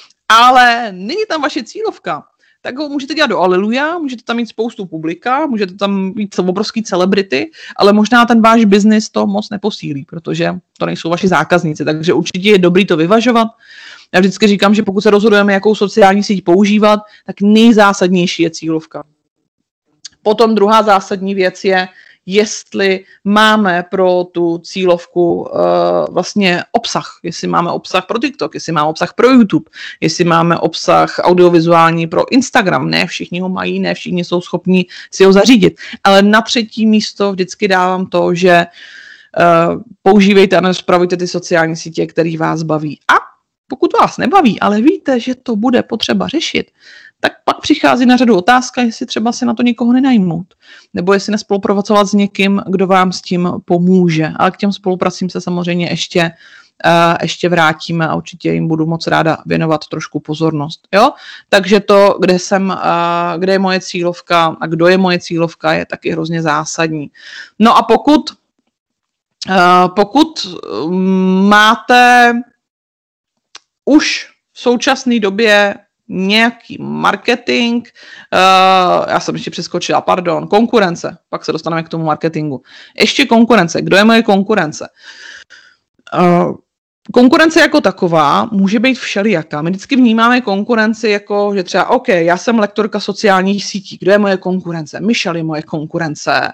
ale není tam vaše cílovka, tak ho můžete dělat do Aleluja, můžete tam mít spoustu publika, můžete tam mít obrovský celebrity, ale možná ten váš biznis to moc neposílí, protože to nejsou vaši zákazníci, takže určitě je dobrý to vyvažovat. Já vždycky říkám, že pokud se rozhodujeme, jakou sociální síť používat, tak nejzásadnější je cílovka. Potom druhá zásadní věc je, jestli máme pro tu cílovku uh, vlastně obsah, jestli máme obsah pro TikTok, jestli máme obsah pro YouTube, jestli máme obsah audiovizuální pro Instagram. Ne všichni ho mají, ne všichni jsou schopni si ho zařídit. Ale na třetí místo vždycky dávám to, že uh, používejte a nespravujte ty sociální sítě, které vás baví. A pokud vás nebaví, ale víte, že to bude potřeba řešit, tak pak přichází na řadu otázka, jestli třeba si na to nikoho nenajmout, nebo jestli nespolupracovat s někým, kdo vám s tím pomůže. Ale k těm spolupracím se samozřejmě ještě ještě vrátíme a určitě jim budu moc ráda věnovat trošku pozornost. Jo? Takže to, kde jsem, kde je moje cílovka a kdo je moje cílovka, je taky hrozně zásadní. No a pokud, pokud máte už v současné době nějaký marketing, uh, já jsem ještě přeskočila, pardon, konkurence, pak se dostaneme k tomu marketingu. Ještě konkurence, kdo je moje konkurence? Uh, konkurence jako taková může být všelijaká. My vždycky vnímáme konkurenci jako, že třeba, OK, já jsem lektorka sociálních sítí, kdo je moje konkurence? Michelle je moje konkurence,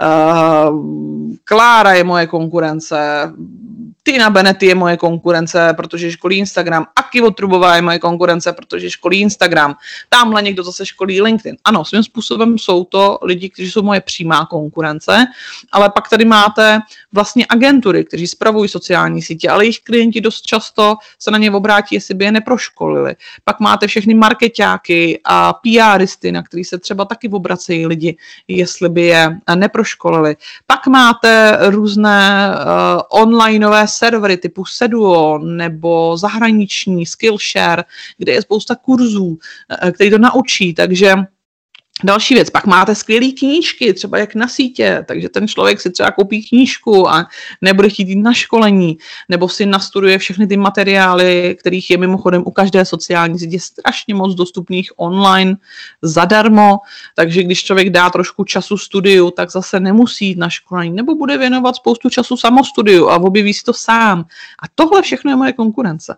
uh, Klára je moje konkurence, Tina Benety je moje konkurence, protože školí Instagram, Aki Votrubová je moje konkurence, protože školí Instagram, tamhle někdo zase školí LinkedIn. Ano, svým způsobem jsou to lidi, kteří jsou moje přímá konkurence, ale pak tady máte vlastně agentury, kteří spravují sociální sítě, ale jejich klienti dost často se na ně obrátí, jestli by je neproškolili. Pak máte všechny markeťáky a PRisty, na který se třeba taky obracejí lidi, jestli by je neproškolili. Pak máte různé uh, onlineové servery typu Seduo nebo zahraniční Skillshare, kde je spousta kurzů, který to naučí, takže další věc, pak máte skvělé knížky, třeba jak na sítě, takže ten člověk si třeba koupí knížku a nebude chtít jít na školení, nebo si nastuduje všechny ty materiály, kterých je mimochodem u každé sociální sítě strašně moc dostupných online zadarmo, takže když člověk dá trošku času studiu, tak zase nemusí jít na školení, nebo bude věnovat spoustu času samostudiu a objeví si to sám. A tohle všechno je moje konkurence.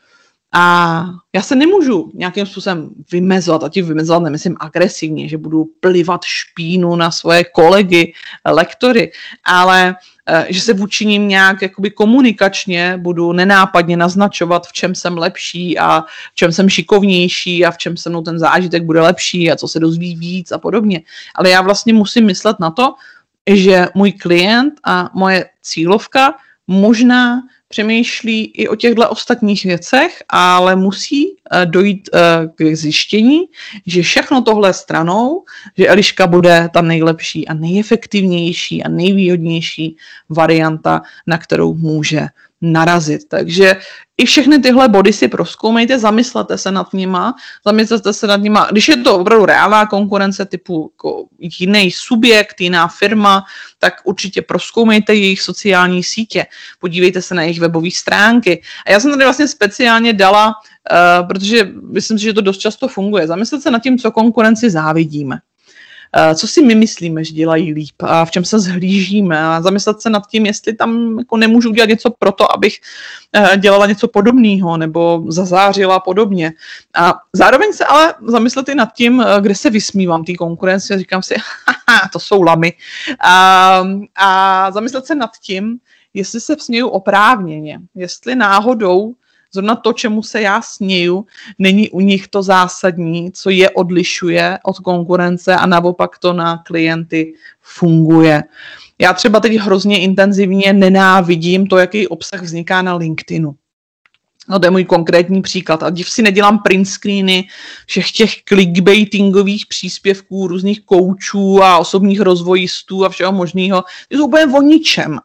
A já se nemůžu nějakým způsobem vymezovat, a tím vymezovat nemyslím agresivně, že budu plivat špínu na svoje kolegy, lektory, ale že se vůči nim nějak jakoby komunikačně budu nenápadně naznačovat, v čem jsem lepší a v čem jsem šikovnější a v čem se mnou ten zážitek bude lepší a co se dozví víc a podobně. Ale já vlastně musím myslet na to, že můj klient a moje cílovka možná přemýšlí i o těchto ostatních věcech, ale musí dojít k zjištění, že všechno tohle stranou, že Eliška bude ta nejlepší a nejefektivnější a nejvýhodnější varianta, na kterou může narazit. Takže i všechny tyhle body si prozkoumejte, zamyslete se nad nima, zamyslete se nad nima, když je to opravdu reálná konkurence typu jako jiný subjekt, jiná firma, tak určitě prozkoumejte jejich sociální sítě, podívejte se na jejich webové stránky. A já jsem tady vlastně speciálně dala, uh, protože myslím si, že to dost často funguje, zamyslet se nad tím, co konkurenci závidíme. Co si my myslíme, že dělají líp a v čem se zhlížíme a zamyslet se nad tím, jestli tam jako nemůžu udělat něco pro to, abych dělala něco podobného nebo zazářila podobně. A zároveň se ale zamyslet i nad tím, kde se vysmívám té konkurenci a říkám si, haha, to jsou lamy. A, a zamyslet se nad tím, jestli se směju oprávněně, jestli náhodou zrovna to, čemu se já směju, není u nich to zásadní, co je odlišuje od konkurence a naopak to na klienty funguje. Já třeba teď hrozně intenzivně nenávidím to, jaký obsah vzniká na LinkedInu. No to je můj konkrétní příklad. A div si nedělám print screeny všech těch clickbaitingových příspěvků, různých koučů a osobních rozvojistů a všeho možného. To jsou úplně o ničem.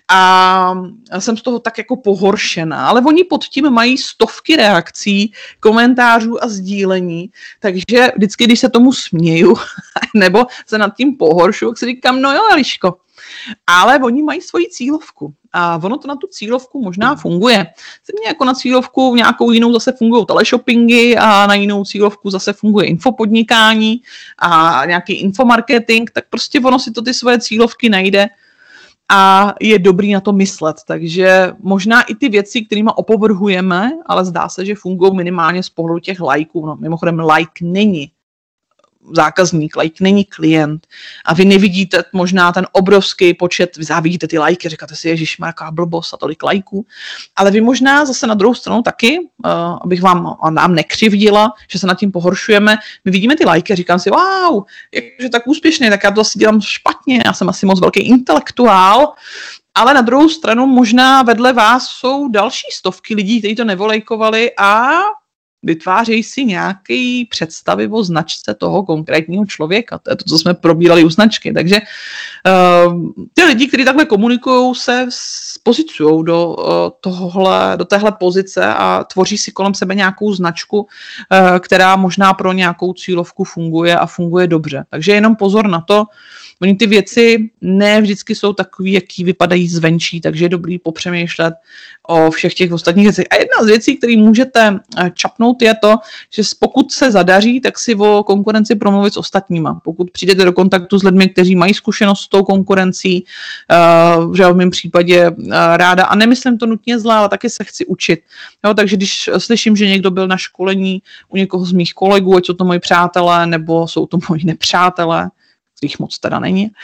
A jsem z toho tak jako pohoršená. Ale oni pod tím mají stovky reakcí, komentářů a sdílení. Takže vždycky, když se tomu směju nebo se nad tím pohoršu, tak si říkám, no jo, Eliško, ale oni mají svoji cílovku. A ono to na tu cílovku možná funguje. Stejně jako na cílovku v nějakou jinou zase fungují teleshoppingy a na jinou cílovku zase funguje infopodnikání a nějaký infomarketing, tak prostě ono si to ty svoje cílovky najde a je dobrý na to myslet. Takže možná i ty věci, kterými opovrhujeme, ale zdá se, že fungují minimálně z pohledu těch lajků. No, mimochodem like není zákazník, like není klient a vy nevidíte možná ten obrovský počet, vy závidíte ty lajky, říkáte si, ježišmar, jaká blbost a tolik lajků, ale vy možná zase na druhou stranu taky, uh, abych vám a nám nekřivdila, že se nad tím pohoršujeme, my vidíme ty lajky a říkám si, wow, je tak úspěšný, tak já to asi dělám špatně, já jsem asi moc velký intelektuál, ale na druhou stranu možná vedle vás jsou další stovky lidí, kteří to nevolejkovali a vytvářejí si nějaké představy o značce toho konkrétního člověka. To je to, co jsme probírali u značky. Takže uh, ty lidi, kteří takhle komunikují, se pozicují do, tohle, do téhle pozice a tvoří si kolem sebe nějakou značku, která možná pro nějakou cílovku funguje a funguje dobře. Takže jenom pozor na to, oni ty věci ne vždycky jsou takový, jaký vypadají zvenčí, takže je dobrý popřemýšlet o všech těch ostatních věcech. A jedna z věcí, které můžete čapnout, je to, že pokud se zadaří, tak si o konkurenci promluvit s ostatníma. Pokud přijdete do kontaktu s lidmi, kteří mají zkušenost s tou konkurencí, uh, že v mém případě uh, ráda, a nemyslím to nutně zlé, ale taky se chci učit. Jo, takže když slyším, že někdo byl na školení u někoho z mých kolegů, ať jsou to moji přátelé, nebo jsou to moji nepřátelé, kterých moc teda není, uh,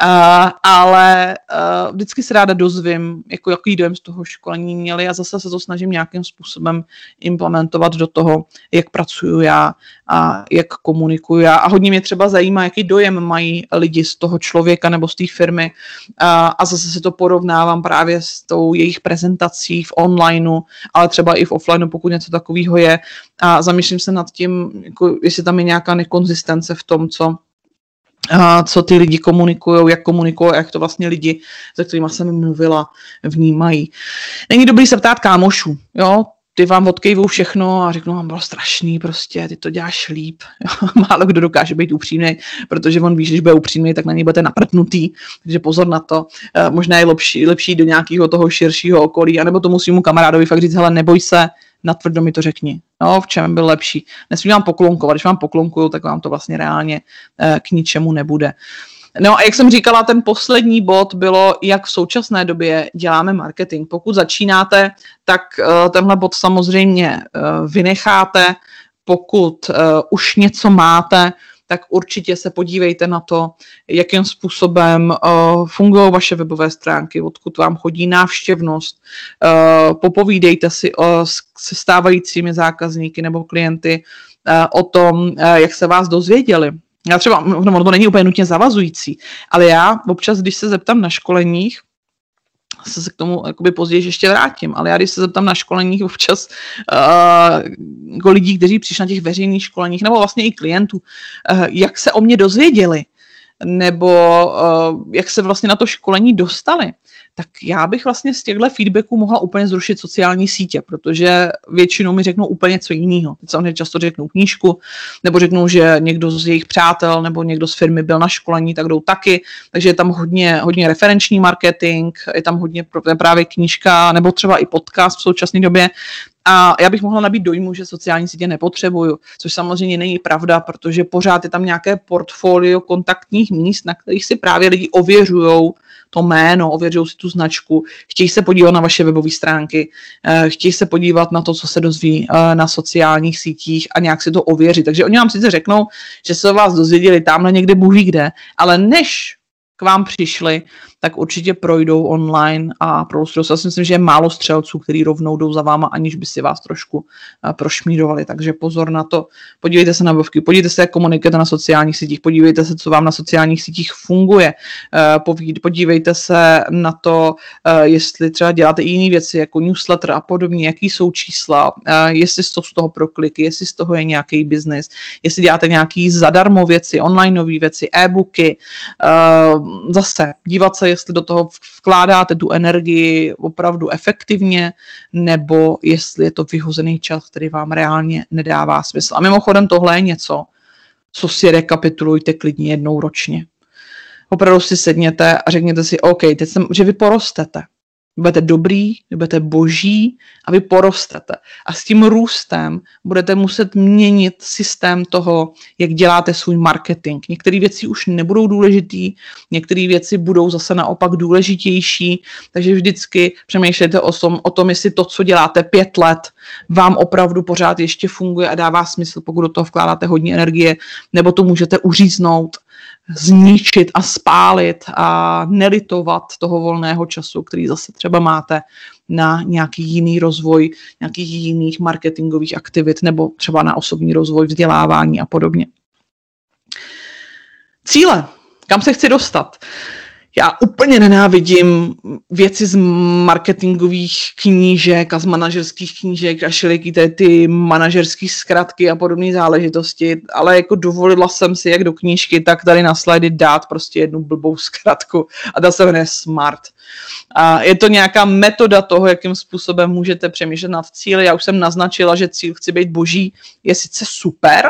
ale uh, vždycky se ráda dozvím, jako jaký dojem z toho školení měli a zase se to snažím nějakým způsobem implementovat do toho, jak pracuju já a jak komunikuju já. A hodně mě třeba zajímá, jaký dojem mají lidi z toho člověka nebo z té firmy uh, a zase si to porovnávám právě s tou jejich prezentací v onlineu, ale třeba i v offlineu, pokud něco takového je, a zamýšlím se nad tím, jako jestli tam je nějaká nekonzistence v tom, co A co ty lidi komunikují, jak komunikují, jak to vlastně lidi, se kterými jsem mluvila, vnímají. Není dobrý se ptát kámošů, jo, ty vám odkejvou všechno a řeknou vám, bylo strašný prostě, ty to děláš líp. Málo kdo dokáže být upřímný, protože on ví, že když bude upřímný, tak na něj budete naprdnutý, takže pozor na to. E, možná je lepší, lepší do nějakého toho širšího okolí, anebo tomu svýmu kamarádovi fakt říct, hele, neboj se, natvrdo mi to řekni. No, v čem byl lepší. Nesmím vám poklonkovat, když vám poklonkuju, tak vám to vlastně reálně e, k ničemu nebude. No a jak jsem říkala, ten poslední bod bylo, jak v současné době děláme marketing. Pokud začínáte, tak uh, tenhle bod samozřejmě uh, vynecháte. Pokud uh, už něco máte, tak určitě se podívejte na to, jakým způsobem uh, fungují vaše webové stránky, odkud vám chodí návštěvnost. Uh, popovídejte si uh, se stávajícími zákazníky nebo klienty uh, o tom, uh, jak se vás dozvěděli. Já třeba, no, to není úplně nutně zavazující, ale já občas, když se zeptám na školeních, se, se k tomu jakoby později ještě vrátím, ale já když se zeptám na školeních občas uh, jako lidí, kteří přišli na těch veřejných školeních, nebo vlastně i klientů, uh, jak se o mě dozvěděli, nebo uh, jak se vlastně na to školení dostali, tak já bych vlastně z těchto feedbacků mohla úplně zrušit sociální sítě, protože většinou mi řeknou úplně něco jiného. Teď samozřejmě často řeknou knížku, nebo řeknou, že někdo z jejich přátel nebo někdo z firmy byl na školení, tak jdou taky, takže je tam hodně, hodně referenční marketing, je tam hodně právě knížka, nebo třeba i podcast v současné době. A já bych mohla nabít dojmu, že sociální sítě nepotřebuju, což samozřejmě není pravda, protože pořád je tam nějaké portfolio kontaktních míst, na kterých si právě lidi ověřujou to jméno, ověřují si tu značku, chtějí se podívat na vaše webové stránky, chtějí se podívat na to, co se dozví na sociálních sítích a nějak si to ověřit. Takže oni vám sice řeknou, že se o vás dozvěděli tamhle někde Bůh ví kde, ale než k vám přišli, tak určitě projdou online a prolustrují. Já si myslím, že je málo střelců, kteří rovnou jdou za váma, aniž by si vás trošku prošmírovali. Takže pozor na to. Podívejte se na webky, podívejte se, jak komunikujete na sociálních sítích, podívejte se, co vám na sociálních sítích funguje. Podívejte se na to, jestli třeba děláte i jiné věci, jako newsletter a podobně, jaký jsou čísla, jestli jsou z toho prokliky, jestli z toho je nějaký biznis, jestli děláte nějaký zadarmo věci, onlineové věci, e-booky. Zase dívat se, jestli do toho vkládáte tu energii opravdu efektivně, nebo jestli je to vyhozený čas, který vám reálně nedává smysl. A mimochodem tohle je něco, co si rekapitulujte klidně jednou ročně. Opravdu si sedněte a řekněte si, OK, teď jsem, že vy porostete. Budete dobrý, budete boží a vy porostete. A s tím růstem budete muset měnit systém toho, jak děláte svůj marketing. Některé věci už nebudou důležitý, některé věci budou zase naopak důležitější, takže vždycky přemýšlejte o tom, o tom, jestli to, co děláte pět let, vám opravdu pořád ještě funguje a dává smysl, pokud do toho vkládáte hodně energie, nebo to můžete uříznout, zničit a spálit a nelitovat toho volného času, který zase třeba máte na nějaký jiný rozvoj, nějakých jiných marketingových aktivit nebo třeba na osobní rozvoj, vzdělávání a podobně. Cíle. Kam se chci dostat? Já úplně nenávidím věci z marketingových knížek a z manažerských knížek a všelijaký ty manažerský zkratky a podobné záležitosti, ale jako dovolila jsem si jak do knížky, tak tady na slidy dát prostě jednu blbou zkratku a ta se jmenuje SMART. A je to nějaká metoda toho, jakým způsobem můžete přemýšlet nad cíli. Já už jsem naznačila, že cíl chci být boží je sice super,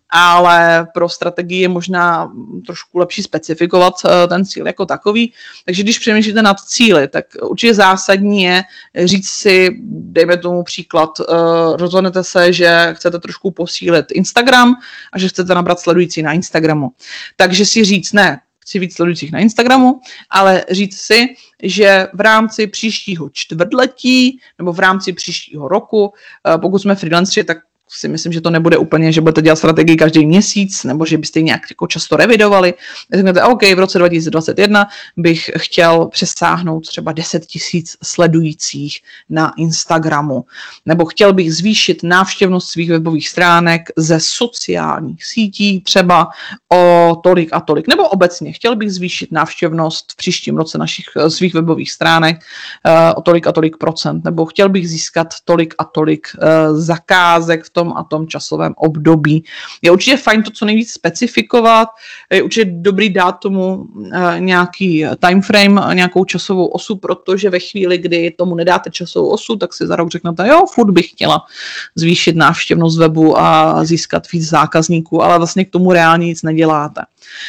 ale pro strategii je možná trošku lepší specifikovat ten cíl jako takový. Takže když přemýšlíte nad cíli, tak určitě zásadní je říct si, dejme tomu příklad, rozhodnete se, že chcete trošku posílit Instagram a že chcete nabrat sledující na Instagramu. Takže si říct, ne, chci víc sledujících na Instagramu, ale říct si, že v rámci příštího čtvrtletí nebo v rámci příštího roku, pokud jsme freelanceri, tak si myslím, že to nebude úplně, že budete dělat strategii každý měsíc, nebo že byste ji nějak jako často revidovali. Řeknete, OK, v roce dva tisíce dvacet jedna bych chtěl přesáhnout třeba deset tisíc sledujících na Instagramu, nebo chtěl bych zvýšit návštěvnost svých webových stránek ze sociálních sítí třeba o tolik a tolik, nebo obecně chtěl bych zvýšit návštěvnost v příštím roce našich svých webových stránek uh, o tolik a tolik procent, nebo chtěl bych získat tolik a tolik uh, zakázek v tom a tom časovém období. Je určitě fajn to co nejvíc specifikovat, je určitě dobrý dát tomu e, nějaký time frame, nějakou časovou osu, protože ve chvíli, kdy tomu nedáte časovou osu, tak si za rok řeknete, jo, furt bych chtěla zvýšit návštěvnost webu a získat víc zákazníků, ale vlastně k tomu reálně nic neděláte.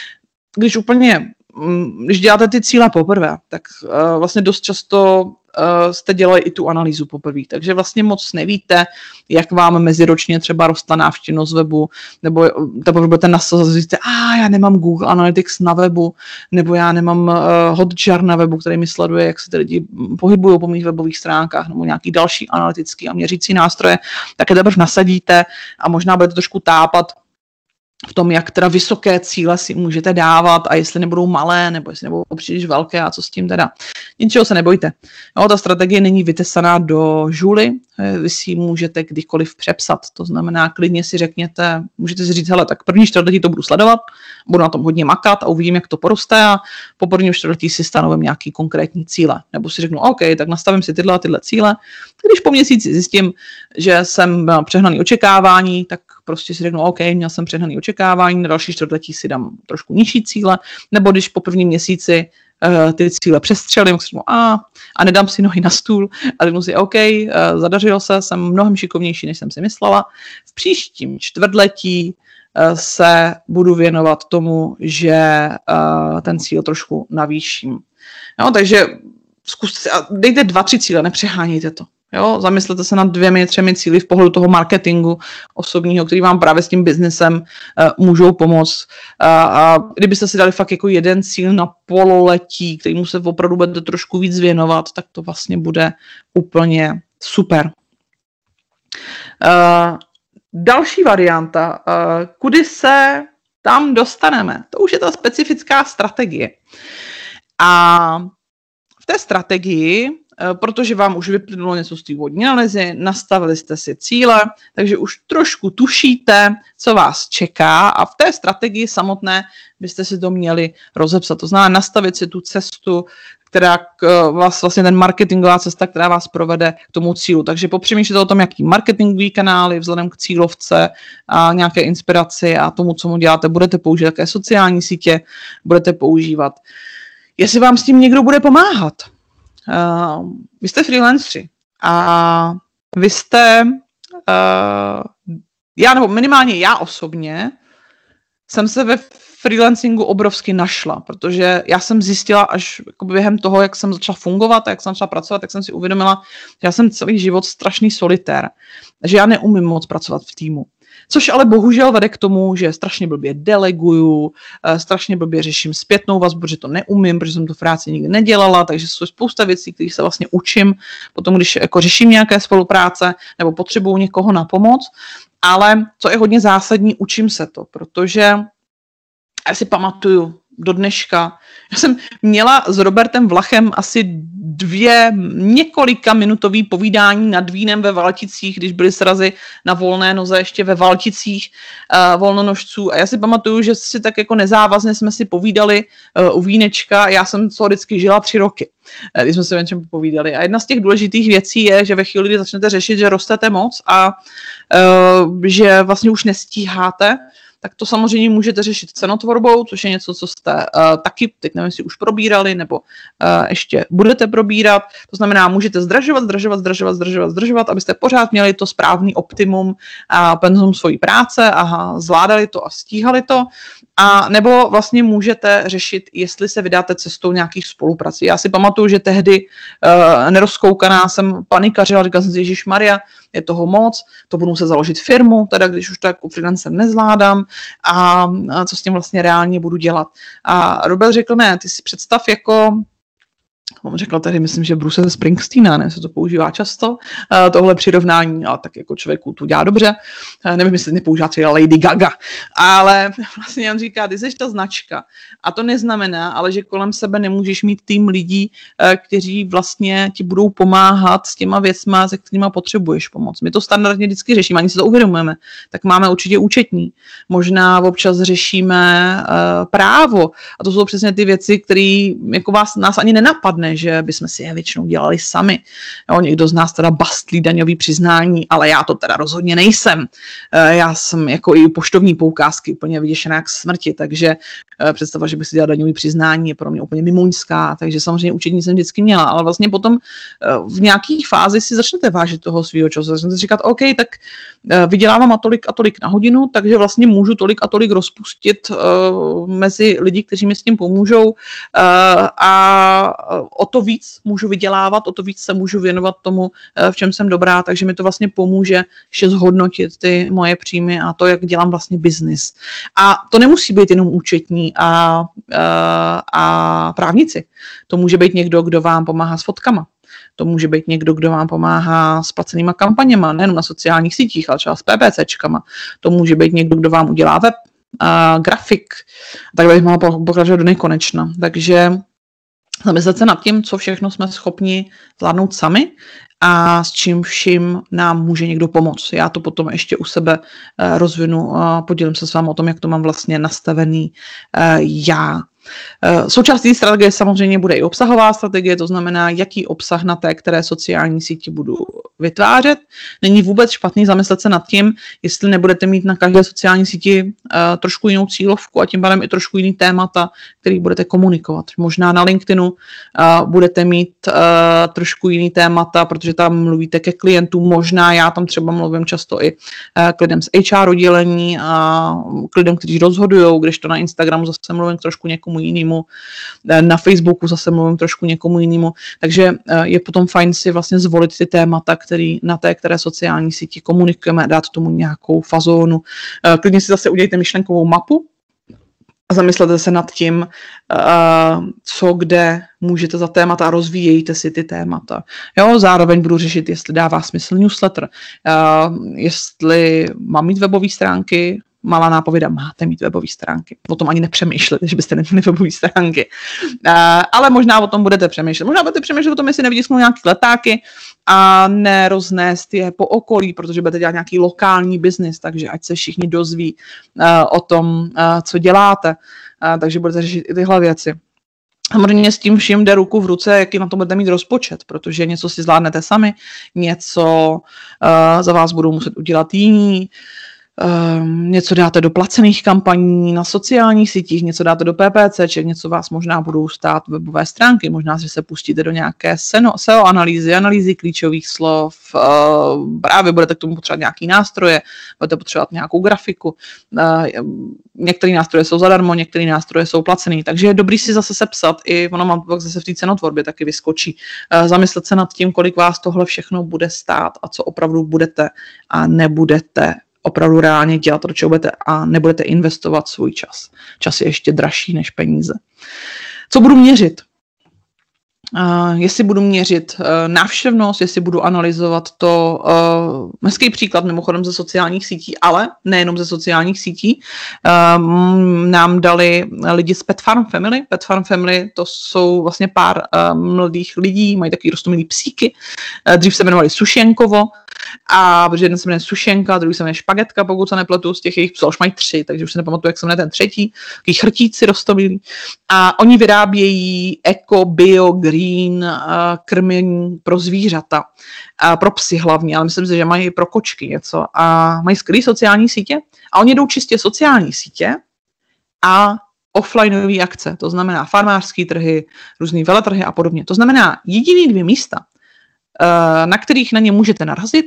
Když úplně, když děláte ty cíle poprvé, tak e, vlastně dost často Uh, jste dělali i tu analýzu poprvé, takže vlastně moc nevíte, jak vám meziročně třeba roste návštěvnost webu, nebo teprve budete nasazovat, říct, a já nemám Google Analytics na webu, nebo já nemám uh, Hotjar na webu, který mi sleduje, jak se ty lidi pohybují po mých webových stránkách, nebo nějaký další analytický a měřící nástroje, tak je teprve nasadíte a možná budete trošku tápat v tom, jak teda vysoké cíle si můžete dávat a jestli nebudou malé, nebo jestli nebudou příliš velké a co s tím teda. Ničeho se nebojte. No, ta strategie není vytesaná do žuly, vy si ji můžete kdykoliv přepsat. To znamená, klidně si řekněte, můžete si říct, hele, tak první čtvrtletí to budu sledovat, budu na tom hodně makat a uvidím, jak to poroste a po prvním čtvrtletí si stanovím nějaký konkrétní cíle. Nebo si řeknu, OK, tak nastavím si tyhle a tyhle cíle. Když po měsíci zjistím, že jsem měl přehnaný očekávání, tak prostě si řeknu, OK, měl jsem přehnaný očekávání, na další čtvrtletí si dám trošku nižší cíle, nebo když po prvním měsíci uh, ty cíle přestřelím, tak si řeknu, a, a nedám si nohy na stůl a řeknu si, OK, uh, zadařilo se, jsem mnohem šikovnější, než jsem si myslela. V příštím čtvrtletí uh, se budu věnovat tomu, že uh, ten cíl trošku navýším. No, takže zkuste, dejte dva, tři cíle, nepřehánějte to. Jo, zamyslete se nad dvěmi, třemi cíli v pohledu toho marketingu osobního, který vám právě s tím biznesem uh, můžou pomoct. Uh, a kdybyste si dali fakt jako jeden cíl na pololetí, kterýmu se opravdu budete trošku víc věnovat, tak to vlastně bude úplně super. Uh, další varianta, uh, kudy se tam dostaneme, to už je ta specifická strategie. A v té strategii, protože vám už vyplynulo něco z té vodní analýzy, nastavili jste si cíle, takže už trošku tušíte, co vás čeká a v té strategii samotné byste si to měli rozepsat. To znamená nastavit si tu cestu, která vás vlastně ten marketingová cesta, která vás provede k tomu cílu. Takže popřemýšlíte o tom, jaký marketingový kanály vzhledem k cílovce a nějaké inspiraci a tomu, co mu děláte, budete používat, jaké sociální sítě budete používat. Jestli vám s tím někdo bude pomáhat. Uh, vy jste freelanceri a vy jste, uh, já nebo minimálně já osobně, jsem se ve freelancingu obrovsky našla, protože já jsem zjistila až jako během toho, jak jsem začala fungovat a jak jsem začala pracovat, tak jsem si uvědomila, že já jsem celý život strašný solitér, že já neumím moc pracovat v týmu. Což ale bohužel vede k tomu, že strašně blbě deleguju, strašně blbě řeším zpětnou vazbu, protože to neumím, protože jsem to v práci nikdy nedělala, takže jsou spousta věcí, kterých se vlastně učím, potom když jako řeším nějaké spolupráce nebo potřebuju někoho na pomoc, ale co je hodně zásadní, učím se to, protože já si pamatuju do dneška. Já jsem měla s Robertem Vlachem asi dvě několika minutový povídání nad vínem ve Valticích, když byly srazy na volné noze ještě ve Valticích uh, volnonožců. A já si pamatuju, že si tak jako nezávazně jsme si povídali uh, u vínečka. Já jsem to vždycky žila tři roky, když jsme se o něčem povídali. A jedna z těch důležitých věcí je, že ve chvíli, kdy začnete řešit, že rostete moc a uh, že vlastně už nestíháte, tak to samozřejmě můžete řešit cenotvorbou, což je něco, co jste uh, taky, teď nevím, jestli už probírali, nebo uh, ještě budete probírat. To znamená, můžete zdražovat, zdražovat, zdražovat, zdražovat, zdražovat, abyste pořád měli to správný optimum a penzum svojí práce a zvládali to a stíhali to. A nebo vlastně můžete řešit, jestli se vydáte cestou nějakých spoluprací. Já si pamatuju, že tehdy uh, nerozkoukaná jsem panikařila, říkala jsem si, ježišmarja, je toho moc, to budu muset založit firmu, teda když už to jako freelancer nezvládám a, a co s tím vlastně reálně budu dělat. A Robert řekl, ne, ty si představ jako, on řekl tady, myslím, že Bruce ze Springsteena, ne, se to používá často, uh, tohle přirovnání, ale tak jako člověku to dělá dobře, uh, nevím, jestli nepoužívá třeba Lady Gaga, ale vlastně on říká, ty jsi ta značka a to neznamená, ale že kolem sebe nemůžeš mít tým lidí, uh, kteří vlastně ti budou pomáhat s těma věcma, se kterýma potřebuješ pomoc. My to standardně vždycky řešíme, ani si to uvědomujeme, tak máme určitě účetní, možná občas řešíme uh, právo a to jsou přesně ty věci, které jako vás, nás ani nenapadne, že bychom si je většinou dělali sami. Jo, někdo z nás teda bastlí daňový přiznání, ale já to teda rozhodně nejsem. Já jsem jako i poštovní poukázky úplně vyděšená jak smrti, takže představa, že bych si dělala daňový přiznání, je pro mě úplně mimoňská, takže samozřejmě účetní jsem vždycky měla, ale vlastně potom v nějaký fázi si začnete vážit toho svýho času. Začnete říkat, OK, tak vydělávám a tolik a tolik na hodinu, takže vlastně můžu tolik a tolik rozpustit uh, mezi lidi, kteří mi s tím pomůžou uh, a o to víc můžu vydělávat, o to víc se můžu věnovat tomu, v čem jsem dobrá, takže mi to vlastně pomůže ještě zhodnotit ty moje příjmy a to, jak dělám vlastně biznis. A to nemusí být jenom účetní a, a, a právníci. To může být někdo, kdo vám pomáhá s fotkama. To může být někdo, kdo vám pomáhá s placenýma kampaněma, nejen na sociálních sítích, ale třeba s PPCčkama. To může být někdo, kdo vám udělá web, a grafik. Takhle bych mohla pokračovat do nekonečna. Takže zamyslet se nad tím, co všechno jsme schopni zvládnout sami a s čím vším nám může někdo pomoct. Já to potom ještě u sebe rozvinu a podělím se s vámi o tom, jak to mám vlastně nastavený já. Součástí strategie samozřejmě bude i obsahová strategie, to znamená, jaký obsah na té, které sociální síti budu vytvářet. Není vůbec špatný zamyslet se nad tím, jestli nebudete mít na každé sociální síti uh, trošku jinou cílovku a tím pádem i trošku jiný témata, který budete komunikovat. Možná na LinkedInu uh, budete mít uh, trošku jiný témata, protože tam mluvíte ke klientům, možná já tam třeba mluvím často i uh, k lidem z H R oddělení a k lidem, kteří rozhodujou, když to na Instagramu zase mluvím k trošku někomu jinému, na Facebooku zase mluvím trošku někomu jinému, takže je potom fajn si vlastně zvolit ty témata, který na té, které sociální síti komunikujeme, dát tomu nějakou fazónu. Klidně si zase udělejte myšlenkovou mapu a zamyslete se nad tím, co kde můžete za témata a rozvíjejte si ty témata. Jo, zároveň budu řešit, jestli dává smysl newsletter, jestli mám mít webové stránky. Malá nápověda, máte mít webové stránky. O tom ani nepřemýšlete, že byste neměli webové stránky. Uh, ale možná o tom budete přemýšlet. Možná budete přemýšlet o tom, jestli nevytisknou nějaké letáky a neroznést je po okolí, protože budete dělat nějaký lokální biznis, takže ať se všichni dozví uh, o tom, uh, co děláte. Uh, takže budete řešit i tyhle věci. Samozřejmě s tím vším jde ruku v ruce, jaký na to budete mít rozpočet, protože něco si zvládnete sami, něco uh, za vás budou muset udělat jiní, Um, něco dáte do placených kampaní na sociálních sítích, něco dáte do PPCček, něco vás možná budou stát webové stránky, možná, že se pustíte do nějaké S E O analýzy, analýzy klíčových slov, uh, právě budete k tomu potřebovat nějaký nástroje, budete potřebovat nějakou grafiku. Uh, některé nástroje jsou zadarmo, některé nástroje jsou placený, takže je dobrý si zase sepsat, i ono mám pak zase v té cenotvorbě taky vyskočí, uh, zamyslet se nad tím, kolik vás tohle všechno bude stát a co opravdu budete a nebudete opravdu reálně dělat, do čeho budete a nebudete investovat svůj čas. Čas je ještě dražší než peníze. Co budu měřit? Uh, jestli budu měřit uh, návštěvnost, jestli budu analyzovat to, uh, hezký příklad mimochodem ze sociálních sítí, ale nejenom ze sociálních sítí, uh, nám dali lidi z Pet Farm Family. Pet Farm Family to jsou vlastně pár uh, mladých lidí, mají takový rostomilý psíky, uh, dřív se jmenovali Sušenkovo, a protože jeden se jmenuje Sušenka, druhý se jmenuje Špagetka, pokud se nepletu, z těch jejich psů už mají tři, takže už se nepamatuju, jak se jmenuje ten třetí, takový chrtíci rostomilí. A oni vyrábějí eko, bio, green, krmení pro zvířata, pro psy hlavně, ale myslím si, že mají i pro kočky něco. A mají skvělé sociální sítě a oni jdou čistě sociální sítě a offlineové akce, to znamená farmářské trhy, různý veletrhy a podobně. To znamená jediný dvě místa, na kterých na ně můžete narazit,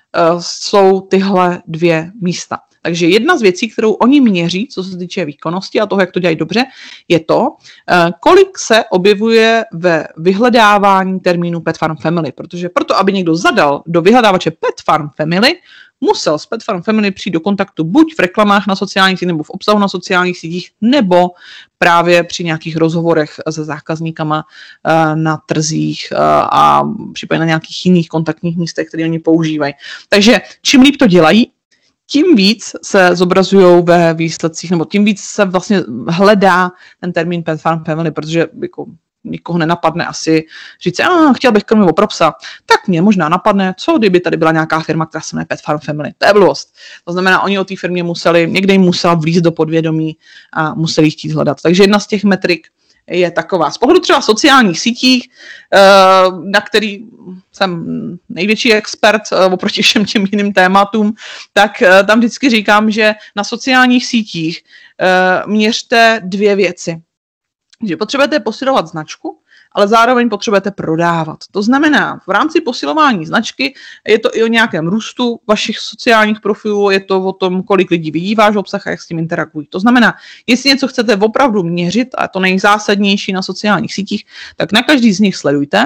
jsou tyhle dvě místa. Takže jedna z věcí, kterou oni měří, co se týče výkonnosti a toho, jak to dělají dobře, je to, kolik se objevuje ve vyhledávání termínu Pet Farm Family. Protože proto, aby někdo zadal do vyhledávače Pet Farm Family, musel s Pet Farm Family přijít do kontaktu buď v reklamách na sociálních sítích, nebo v obsahu na sociálních sítích, nebo právě při nějakých rozhovorech se zákazníkama na trzích a případně na nějakých jiných kontaktních místech, které oni používají. Takže čím líp to dělají, tím víc se zobrazují ve výsledcích, nebo tím víc se vlastně hledá ten termín Pet Farm Family, protože jako nikoho nenapadne asi říct, a chtěl bych krmivo pro psa, tak mě možná napadne, co kdyby tady byla nějaká firma, která se jmenuje Pet Farm Family. To je blbost. To znamená, oni o té firmě museli, někde jim musela vlízt do podvědomí a museli chtít hledat. Takže jedna z těch metrik je taková. Z pohledu třeba sociálních sítích, na který jsem největší expert oproti všem těm jiným tématům, tak tam vždycky říkám, že na sociálních sítích měřte dvě věci. Že potřebujete posilovat značku, ale zároveň potřebujete prodávat. To znamená, v rámci posilování značky je to i o nějakém růstu vašich sociálních profilů, je to o tom, kolik lidí vidí váš obsah a jak s tím interagují. To znamená, jestli něco chcete opravdu měřit, a to nejzásadnější na sociálních sítích, tak na každý z nich sledujte,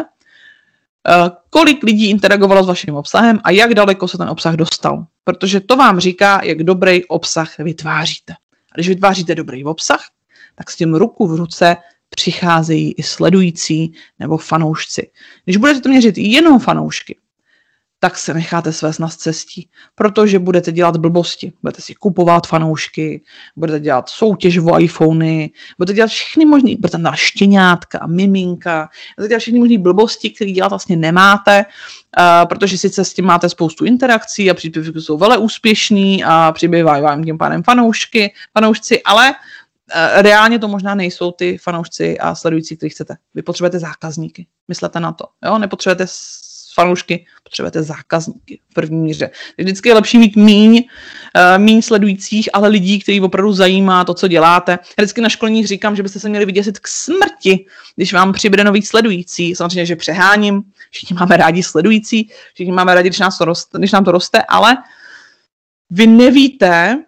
kolik lidí interagovalo s vaším obsahem a jak daleko se ten obsah dostal. Protože to vám říká, jak dobrý obsah vytváříte. A když vytváříte dobrý obsah, tak s tím ruku v ruce přicházejí i sledující nebo fanoušci. Když budete to měřit jenom fanoušky, tak se necháte svést na scestí, protože budete dělat blbosti. Budete si kupovat fanoušky, budete dělat soutěž o iPhony, budete dělat všechny možné, budete dělat štěňátka, miminka, budete dělat všechny možné blbosti, které dělat vlastně nemáte, uh, protože sice s tím máte spoustu interakcí a příspěvky jsou vele úspěšný a přibývají vám tím pádem fanoušky, fanoušci, ale reálně to možná nejsou ty fanoušci a sledující, který chcete. Vy potřebujete zákazníky. Myslete na to. Jo? Nepotřebujete fanoušky, potřebujete zákazníky v první míře. Vždycky je lepší mít míň, míň sledujících, ale lidí, kteří opravdu zajímá to, co děláte. Já vždycky na školních říkám, že byste se měli vyděsit k smrti, když vám přibude nový sledující. Samozřejmě, že přeháním. Všichni máme rádi sledující, všichni máme rádi, když, nás to roste, když nám to roste, ale vy nevíte,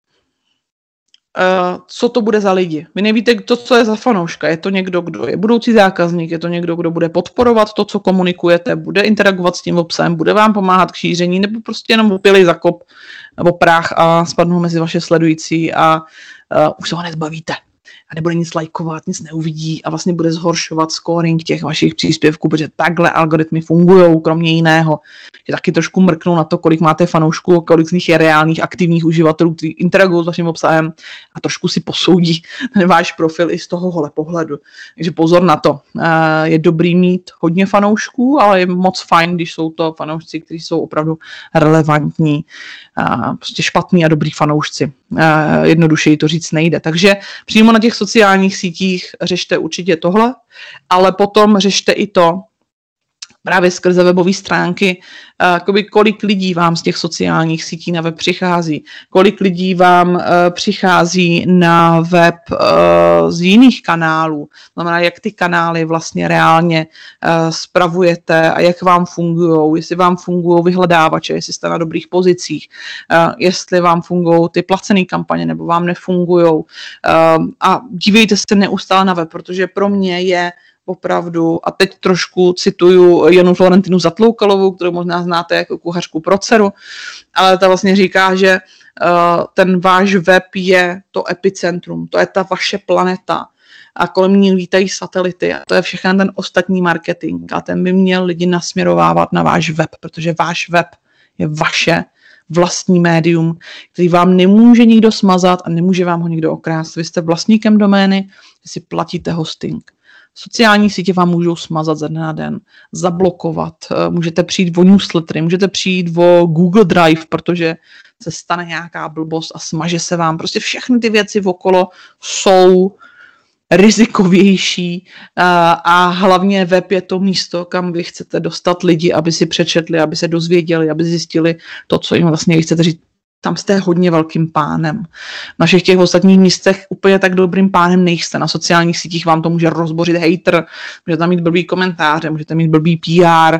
Uh, co to bude za lidi. Vy nevíte, to, co je za fanouška. Je to někdo, kdo je budoucí zákazník, je to někdo, kdo bude podporovat to, co komunikujete, bude interagovat s tím obsahem, bude vám pomáhat k šíření, nebo prostě jenom upili zakop nebo prach a spadnou mezi vaše sledující a uh, už se ho nezbavíte. A nebude nic lajkovat, nic neuvidí a vlastně bude zhoršovat scoring těch vašich příspěvků, protože takhle algoritmy fungují, kromě jiného, že taky trošku mrknou na to, kolik máte fanoušků, kolik z nich je reálných aktivních uživatelů, kteří interagují s vaším obsahem a trošku si posoudí ten váš profil i z tohohle pohledu. Takže pozor na to. Je dobrý mít hodně fanoušků, ale je moc fajn, když jsou to fanoušci, kteří jsou opravdu relevantní, prostě špatný a dobrý fanoušci. Jednodušeji to říct nejde. Takže přímo na těch sociálních sítích řešte určitě tohle, ale potom řešte i to, právě skrze webové stránky, jakoby kolik lidí vám z těch sociálních sítí na web přichází, kolik lidí vám uh, přichází na web uh, z jiných kanálů, znamená, jak ty kanály vlastně reálně uh, spravujete a jak vám fungují, jestli vám fungují vyhledávače, jestli jste na dobrých pozicích, uh, jestli vám fungují ty placené kampaně nebo vám nefungují. Uh, a dívejte se neustále na web, protože pro mě je opravdu, a teď trošku cituju Janu Florentinu Zatloukalovou, kterou možná znáte jako kuchařku pro dceru, ale ta vlastně říká, že uh, ten váš web je to epicentrum, to je ta vaše planeta. a kolem ní lítají satelity a to je všechno ten ostatní marketing a ten by měl lidi nasměrovávat na váš web, protože váš web je vaše vlastní médium, který vám nemůže nikdo smazat a nemůže vám ho nikdo okrást. Vy jste vlastníkem domény, vy si platíte hosting. Sociální sítě vám můžou smazat ze dne na den, zablokovat, můžete přijít o newslettery, můžete přijít o Google Drive, protože se stane nějaká blbost a smaže se vám. Prostě všechny ty věci okolo jsou rizikovější a hlavně web je to místo, kam vy chcete dostat lidi, aby si přečetli, aby se dozvěděli, aby zjistili to, co jim vlastně chcete říct. Tam jste hodně velkým pánem. Na všech těch ostatních místech úplně tak dobrým pánem nejste. Na sociálních sítích vám to může rozbořit hater, můžete tam mít blbý komentáře, můžete mít blbý P R,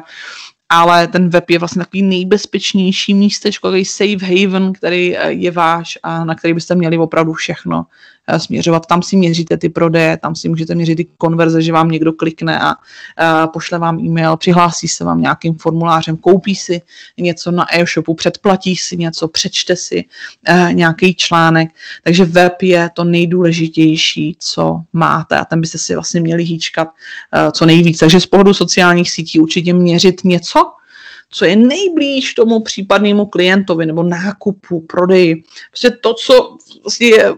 ale ten web je vlastně takový nejbezpečnější místečko, takový safe haven, který je váš a na který byste měli opravdu všechno směřovat. Tam si měříte ty prodeje, tam si můžete měřit ty konverze, že vám někdo klikne a, a pošle vám e-mail, přihlásí se vám nějakým formulářem, koupí si něco na e-shopu, předplatí si něco, přečte si e, nějaký článek. Takže web je to nejdůležitější, co máte a ten byste si vlastně měli hýčkat e, co nejvíc. Takže z pohledu sociálních sítí určitě měřit něco, co je nejblíž tomu případnému klientovi nebo nákupu, prodeji. Prostě to, co vlastně je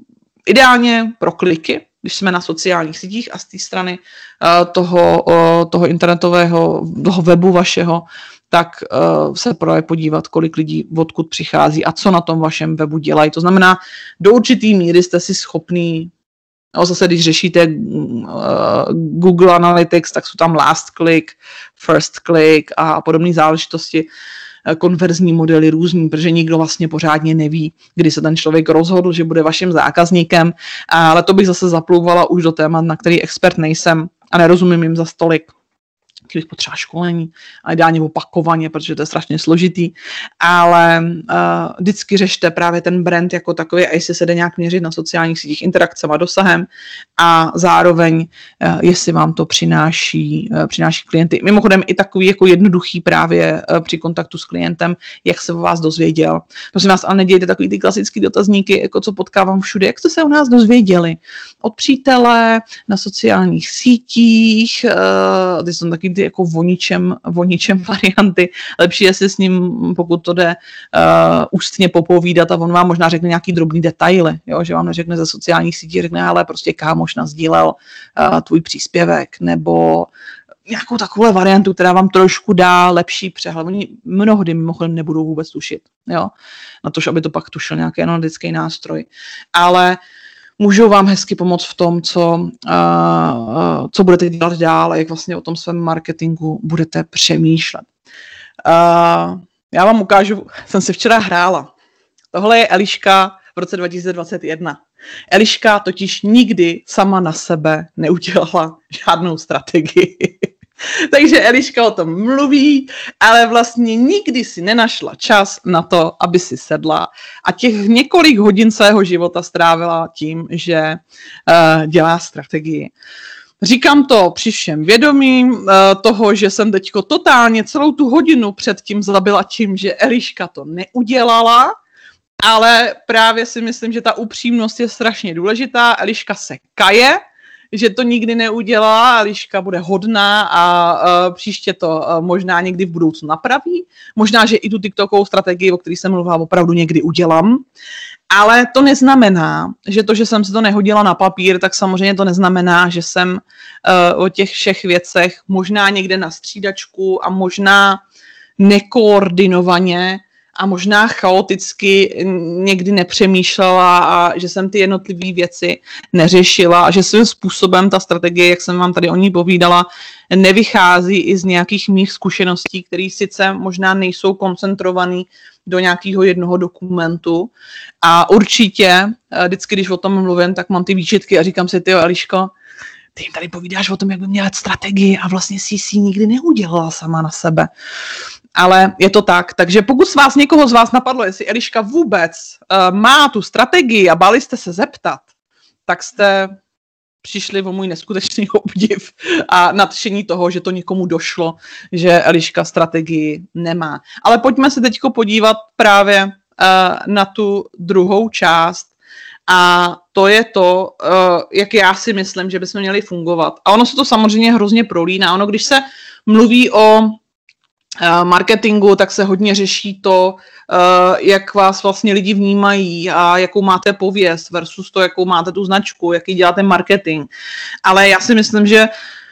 ideálně pro kliky, když jsme na sociálních sítích a z té strany uh, toho, uh, toho internetového, toho webu vašeho, tak uh, se právě podívat, kolik lidí odkud přichází a co na tom vašem webu dělají. To znamená, do určitý míry jste si schopný, no zase když řešíte uh, Google Analytics, tak jsou tam last click, first click a podobné záležitosti, konverzní modely různý, protože nikdo vlastně pořádně neví, kdy se ten člověk rozhodl, že bude vaším zákazníkem, ale to bych zase zaplouvala už do témat, na který expert nejsem a nerozumím jim za stolik. Kdybych potřeba školení a ideálně opakovaně, protože to je strašně složitý, ale uh, vždycky řešte právě ten brand jako takový a jestli se jde nějak měřit na sociálních sítích interakcem a dosahem a zároveň uh, jestli vám to přináší, uh, přináší klienty. Mimochodem i takový jako jednoduchý právě uh, při kontaktu s klientem, jak se o vás dozvěděl. Prosím vás, ale nedějte takový ty klasický dotazníky, jako co potkávám všude, jak jste se o nás dozvěděli. Od přítele, na sociálních sítích, uh, ty jsou taky ty jako voničem, voničem varianty. Lepší je si s ním, pokud to jde, uh, ústně popovídat a on vám možná řekne nějaký drobný detaily, jo? Že vám neřekne ze sociálních sítí, řekne, ale prostě kámoš nasdílel uh, tvůj příspěvek, nebo nějakou takovou variantu, která vám trošku dá lepší přehled. Oni mnohdy mimochodem nebudou vůbec tušit, jo? Na to, aby to pak tušil nějaký analytický nástroj. Ale můžou vám hezky pomoct v tom, co, uh, co budete dělat dál a jak vlastně o tom svém marketingu budete přemýšlet. Uh, já vám ukážu, jsem si včera hrála. Tohle je Eliška v roce dva tisíce dvacet jedna. Eliška totiž nikdy sama na sebe neudělala žádnou strategii. Takže Eliška o tom mluví, ale vlastně nikdy si nenašla čas na to, aby si sedla a těch několik hodin svého života strávila tím, že uh, dělá strategii. Říkám to při všem vědomí uh, toho, že jsem teďko totálně celou tu hodinu předtím zabila tím, že Eliška to neudělala, ale právě si myslím, že ta upřímnost je strašně důležitá. Eliška se kaje, že to nikdy neudělá, Eliška bude hodná a uh, příště to uh, možná někdy v budoucnu napraví. Možná, že i tu TikTokovou strategii, o který jsem mluvila, opravdu někdy udělám. Ale to neznamená, že to, že jsem si to nehodila na papír, tak samozřejmě to neznamená, že jsem uh, o těch všech věcech možná někde na střídačku a možná nekoordinovaně a možná chaoticky někdy nepřemýšlela a že jsem ty jednotlivé věci neřešila a že svým způsobem ta strategie, jak jsem vám tady o ní povídala, nevychází i z nějakých mých zkušeností, které sice možná nejsou koncentrované do nějakého jednoho dokumentu a určitě vždycky, když o tom mluvím, tak mám ty výčitky a říkám si, tyjo, Eliško, ty jim tady povídáš o tom, jak by měla strategii a vlastně si ji nikdy neudělala sama na sebe. Ale je to tak, takže pokud z vás někoho z vás napadlo, jestli Eliška vůbec uh, má tu strategii a báli jste se zeptat, tak jste přišli o můj neskutečný obdiv a nadšení toho, že to někomu došlo, že Eliška strategii nemá. Ale pojďme se teďko podívat právě uh, na tu druhou část A to je to, jak já si myslím, že bychom měli fungovat. A ono se to samozřejmě hrozně prolíná. Ono, když se mluví o marketingu, tak se hodně řeší to, jak vás vlastně lidi vnímají a jakou máte pověst versus to, jakou máte tu značku, jaký děláte marketing. Ale já si myslím, že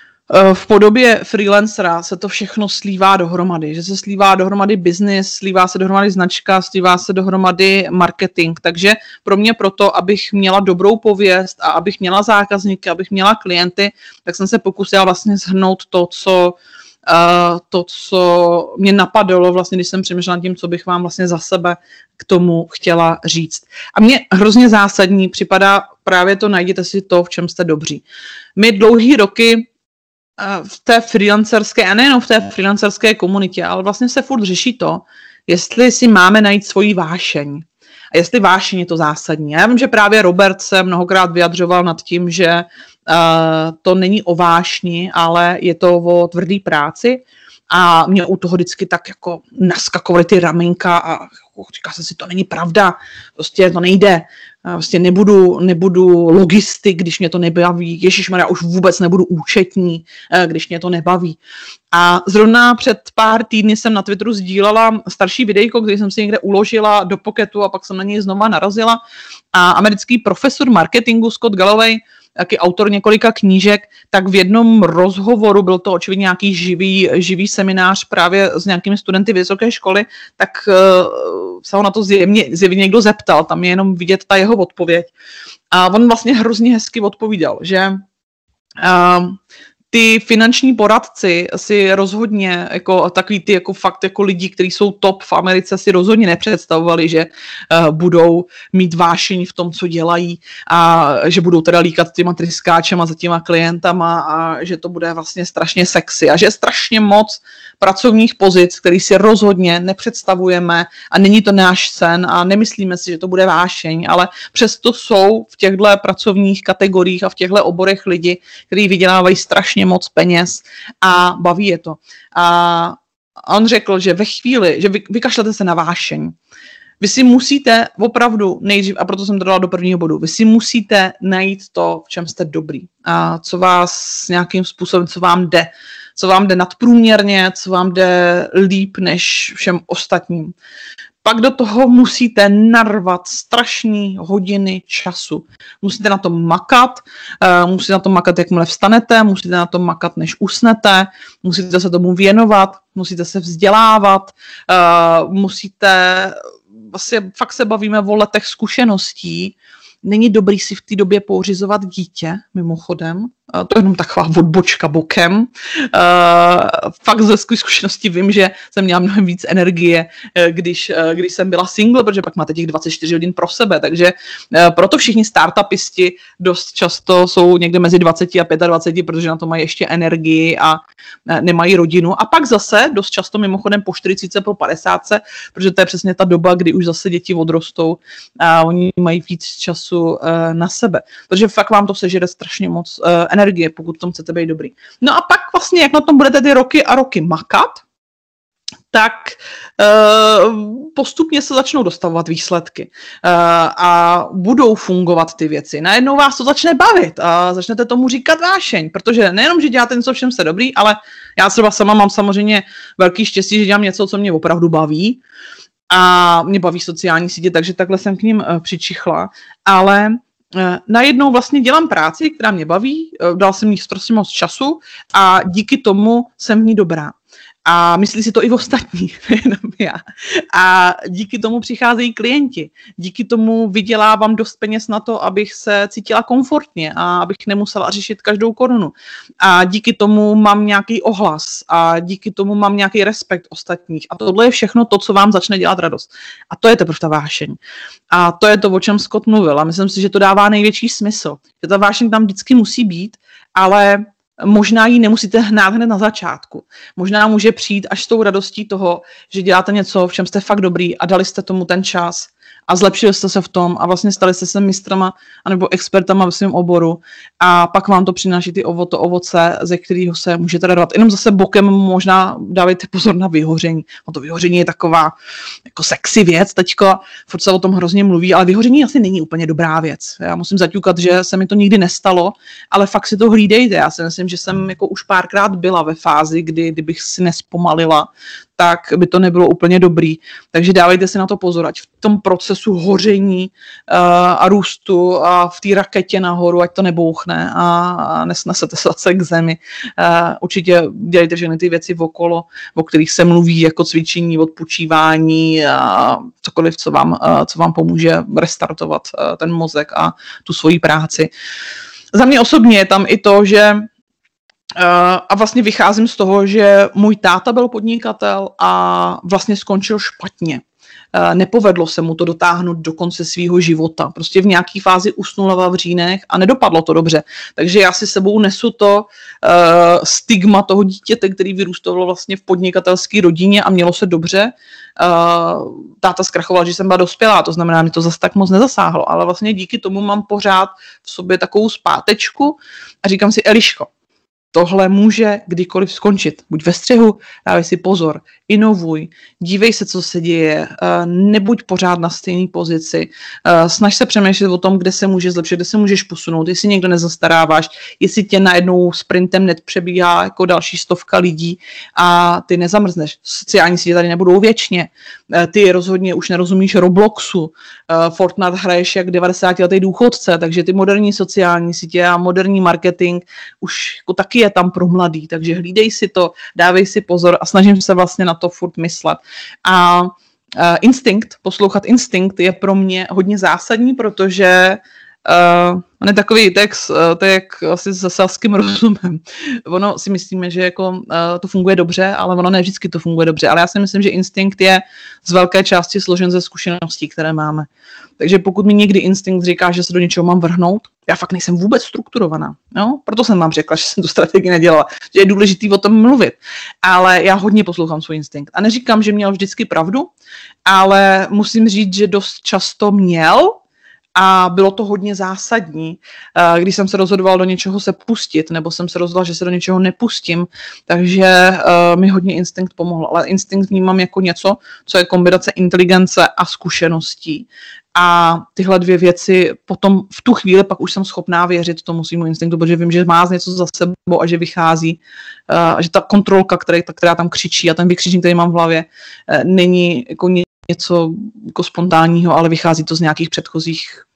v podobě freelancera se to všechno slívá dohromady, že se slívá dohromady business, slívá se dohromady značka, slívá se dohromady marketing. Takže pro mě proto, abych měla dobrou pověst a abych měla zákazníky, abych měla klienty, tak jsem se pokusila vlastně shrnout to, co Uh, to, co mě napadlo, vlastně, když jsem přemýšlela nad tím, co bych vám vlastně za sebe k tomu chtěla říct. A mně hrozně zásadní připadá právě to, najděte si to, v čem jste dobří. My dlouhý roky uh, v té freelancerské, a nejenom v té freelancerské komunitě, ale vlastně se furt řeší to, jestli si máme najít svoji vášeň. A jestli vášeň je to zásadní. Já vím, že právě Robert se mnohokrát vyjadřoval nad tím, že Uh, to není o vášni, ale je to o tvrdý práci a mě u toho vždycky tak jako naskakovaly ty ramínka a říká se si, to není pravda, prostě to nejde, prostě nebudu, nebudu logistik, když mě to nebaví, ježišmarja, už vůbec nebudu účetní, když mě to nebaví. A zrovna před pár týdny jsem na Twitteru sdílela starší videjko, který jsem si někde uložila do poketu a pak jsem na něj znova narazila a americký profesor marketingu Scott Galloway, taky autor několika knížek, tak v jednom rozhovoru, byl to očividně nějaký živý, živý seminář právě s nějakými studenty vysoké školy, tak uh, se ho na to zjevně, zjevně někdo zeptal, tam je jenom vidět ta jeho odpověď. A on vlastně hrozně hezky odpovídal, že uh, ty finanční poradci si rozhodně, jako takový ty jako fakt jako lidi, kteří jsou top v Americe, si rozhodně nepředstavovali, že uh, budou mít vášeň v tom, co dělají a že budou teda líkat těma tryskáčema za těma klientama a že to bude vlastně strašně sexy a že je strašně moc pracovních pozic, který si rozhodně nepředstavujeme a není to náš sen a nemyslíme si, že to bude vášeň, ale přesto jsou v těchto pracovních kategoriích a v těchto oborech lidi, kteří vydělávají strašně moc peněz a baví je to. A on řekl, že ve chvíli, že vy, vykašlete se na vášeň, vy si musíte opravdu nejdřív, a proto jsem to dala do prvního bodu, vy si musíte najít to, v čem jste dobrý a co vás nějakým způsobem, co vám jde, co vám jde nadprůměrně, co vám jde líp než všem ostatním. Pak do toho musíte narvat strašný hodiny času. Musíte na tom makat, uh, musíte na tom makat, jakmile vstanete, musíte na tom makat, než usnete, musíte se tomu věnovat, musíte se vzdělávat, uh, musíte, vlastně fakt se bavíme o letech zkušeností. Není dobrý si v té době pořizovat dítě, mimochodem. To je jenom taková odbočka bokem. Uh, fakt ze zkušenosti vím, že jsem měla mnohem víc energie, když, když jsem byla single, protože pak máte těch dvacet čtyři hodin pro sebe. Takže uh, proto všichni startupisti dost často jsou někde mezi dvacet a dvacet pět, protože na to mají ještě energii a uh, nemají rodinu. A pak zase dost často mimochodem po čtyřicítce, po padesátce, protože to je přesně ta doba, kdy už zase děti odrostou a oni mají víc času uh, na sebe. Protože fakt vám to sežere strašně moc uh, energie. energie, pokud v tom chcete být dobrý. No a pak vlastně, jak na tom budete ty roky a roky makat, tak uh, postupně se začnou dostavovat výsledky uh, a budou fungovat ty věci. Najednou vás to začne bavit a začnete tomu říkat vášeň, protože nejenom, že děláte něco, v čem jste dobrý, ale já třeba sama mám samozřejmě velký štěstí, že dělám něco, co mě opravdu baví a mě baví sociální sítě, takže takhle jsem k ním uh, přičichla, ale najednou vlastně dělám práci, která mě baví, dal jsem jí strašně moc času a díky tomu jsem v ní dobrá. A myslí si to i ostatní, jenom já. A díky tomu přicházejí klienti. Díky tomu vydělávám dost peněz na to, abych se cítila komfortně a abych nemusela řešit každou korunu. A díky tomu mám nějaký ohlas a díky tomu mám nějaký respekt ostatních. A tohle je všechno to, co vám začne dělat radost. A to je teprve ta vášeň. A to je to, o čem Scott mluvil. A myslím si, že to dává největší smysl. Že ta vášeň tam vždycky musí být, ale možná ji nemusíte hnát hned na začátku. Možná může přijít až s tou radostí toho, že děláte něco, v čem jste fakt dobrý a dali jste tomu ten čas a zlepšili jste se v tom a vlastně stali jste se mistrama anebo expertama v svém oboru a pak vám to přináší ty ovo, to ovoce, ze kterého se můžete radovat. Jenom zase bokem možná dávejte pozor na vyhoření. No to vyhoření je taková jako sexy věc teďko, furt se o tom hrozně mluví, ale vyhoření asi není úplně dobrá věc. Já musím zaťukat, že se mi to nikdy nestalo, ale fakt si to hlídejte. Já si myslím, že jsem jako už párkrát byla ve fázi, kdy kdybych si nespomalila, tak by to nebylo úplně dobrý. Takže dávejte si na to pozor, ať v tom procesu hoření uh, a růstu a v té raketě nahoru, ať to nebouchne a, a nesnesete se zase k zemi. Uh, určitě dělejte všechny ty věci okolo, o kterých se mluví, jako cvičení, odpočívání a cokoliv, co vám, uh, co vám pomůže restartovat uh, ten mozek a tu svoji práci. Za mě osobně je tam i to, že Uh, a vlastně vycházím z toho, že můj táta byl podnikatel a vlastně skončil špatně. Uh, nepovedlo se mu to dotáhnout do konce svého života. Prostě v nějaké fázi usnul na vavřínech a nedopadlo to dobře. Takže já si sebou nesu to uh, stigma toho dítěte, který vyrůstal vlastně v podnikatelské rodině a mělo se dobře. Uh, táta zkrachoval, že jsem byla dospělá, to znamená, mi to zase tak moc nezasáhlo, ale vlastně díky tomu mám pořád v sobě takovou zpátečku a říkám si, Eliško, tohle může kdykoliv skončit. Buď ve střehu, dávej si pozor, inovuj, dívej se, co se děje, nebuď pořád na stejné pozici, snaž se přemýšlet o tom, kde se může zlepšit, kde se můžeš posunout, jestli někdo nezastaráváš, jestli tě najednou sprintem net přebíhá jako další stovka lidí a ty nezamrzneš. Sociální sítě tady nebudou věčně. Ty rozhodně už nerozumíš Robloxu. Fortnite hraješ jak devadesátiletý důchodce, takže ty moderní sociální sítě a moderní marketing už jako taky je tam pro mladý, takže hlídej si to, dávej si pozor a snažím se vlastně na to furt myslet. A uh, instinkt, poslouchat instinkt je pro mě hodně zásadní, protože uh, on je takový text, uh, to je jak asi se selským rozumem. Ono si myslíme, že jako, uh, to funguje dobře, ale ono ne vždycky to funguje dobře. Ale já si myslím, že instinkt je z velké části složen ze zkušeností, které máme. Takže pokud mi někdy instinkt říká, že se do něčeho mám vrhnout, já fakt nejsem vůbec strukturovaná. No? Proto jsem vám řekla, že jsem tu strategii nedělala, že je důležitý o tom mluvit. Ale já hodně poslouchám svůj instinkt. A neříkám, že měl vždycky pravdu, ale musím říct, že dost často měl a bylo to hodně zásadní, když jsem se rozhodoval do něčeho se pustit, nebo jsem se rozhodla, že se do něčeho nepustím, takže uh, mi hodně instinkt pomohl. Ale instinkt vnímám jako něco, co je kombinace inteligence a zkušeností. A tyhle dvě věci potom v tu chvíli pak už jsem schopná věřit tomu svýmu instinktu, protože vím, že má něco za sebou a že vychází, uh, že ta kontrolka, která, která tam křičí a ten vykřičník, který mám v hlavě, uh, není jako něco jako spontánního, ale vychází to z nějakých předchozích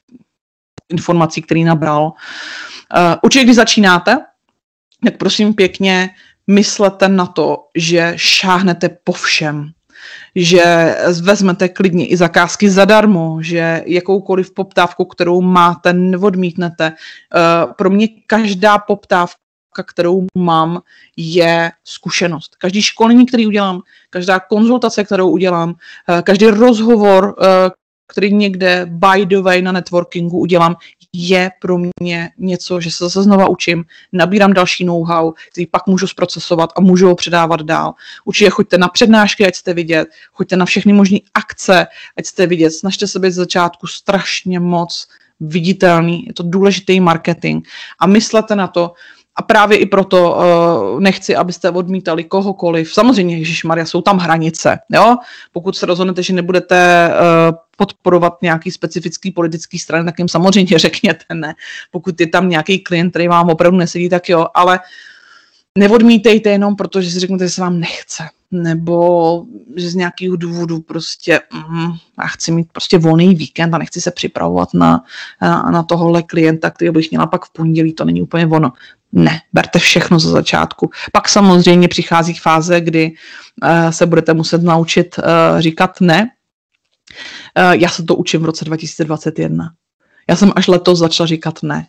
informací, který nabral. Uh, určitě, když začínáte, tak prosím pěkně myslete na to, že šáhnete po všem, že vezmete klidně i zakázky zadarmo, že jakoukoliv poptávku, kterou máte, neodmítnete. Uh, pro mě každá poptávka, kterou mám, je zkušenost. Každý školení, který udělám, každá konzultace, kterou udělám, každý rozhovor, který někde by the way na networkingu udělám, je pro mě něco, že se zase znova učím, nabírám další know-how, který pak můžu zprocesovat a můžu ho předávat dál. Určitě choďte na přednášky, ať jste vidět, choďte na všechny možné akce, ať jste vidět, snažte se být z začátku strašně moc viditelný, je to důležitý marketing a myslete na to. A právě i proto uh, nechci, abyste odmítali kohokoliv. Samozřejmě, ježišmarja, jsou tam hranice. Jo? Pokud se rozhodnete, že nebudete uh, podporovat nějaký specifický politický strany, tak jim samozřejmě řekněte ne. Pokud je tam nějaký klient, který vám opravdu nesedí, tak jo, ale neodmítejte jenom proto, že si řeknete, že se vám nechce. Nebo že z nějakého důvodu prostě mm, já chci mít prostě volný víkend a nechci se připravovat na, na, na tohohle klienta, který bych měla pak v pondělí, to není úplně ono. Ne, berte všechno za začátku. Pak samozřejmě přichází fáze, kdy uh, se budete muset naučit uh, říkat ne. Uh, já se to učím v roce dva tisíce dvacet jedna. Já jsem až letos začala říkat ne.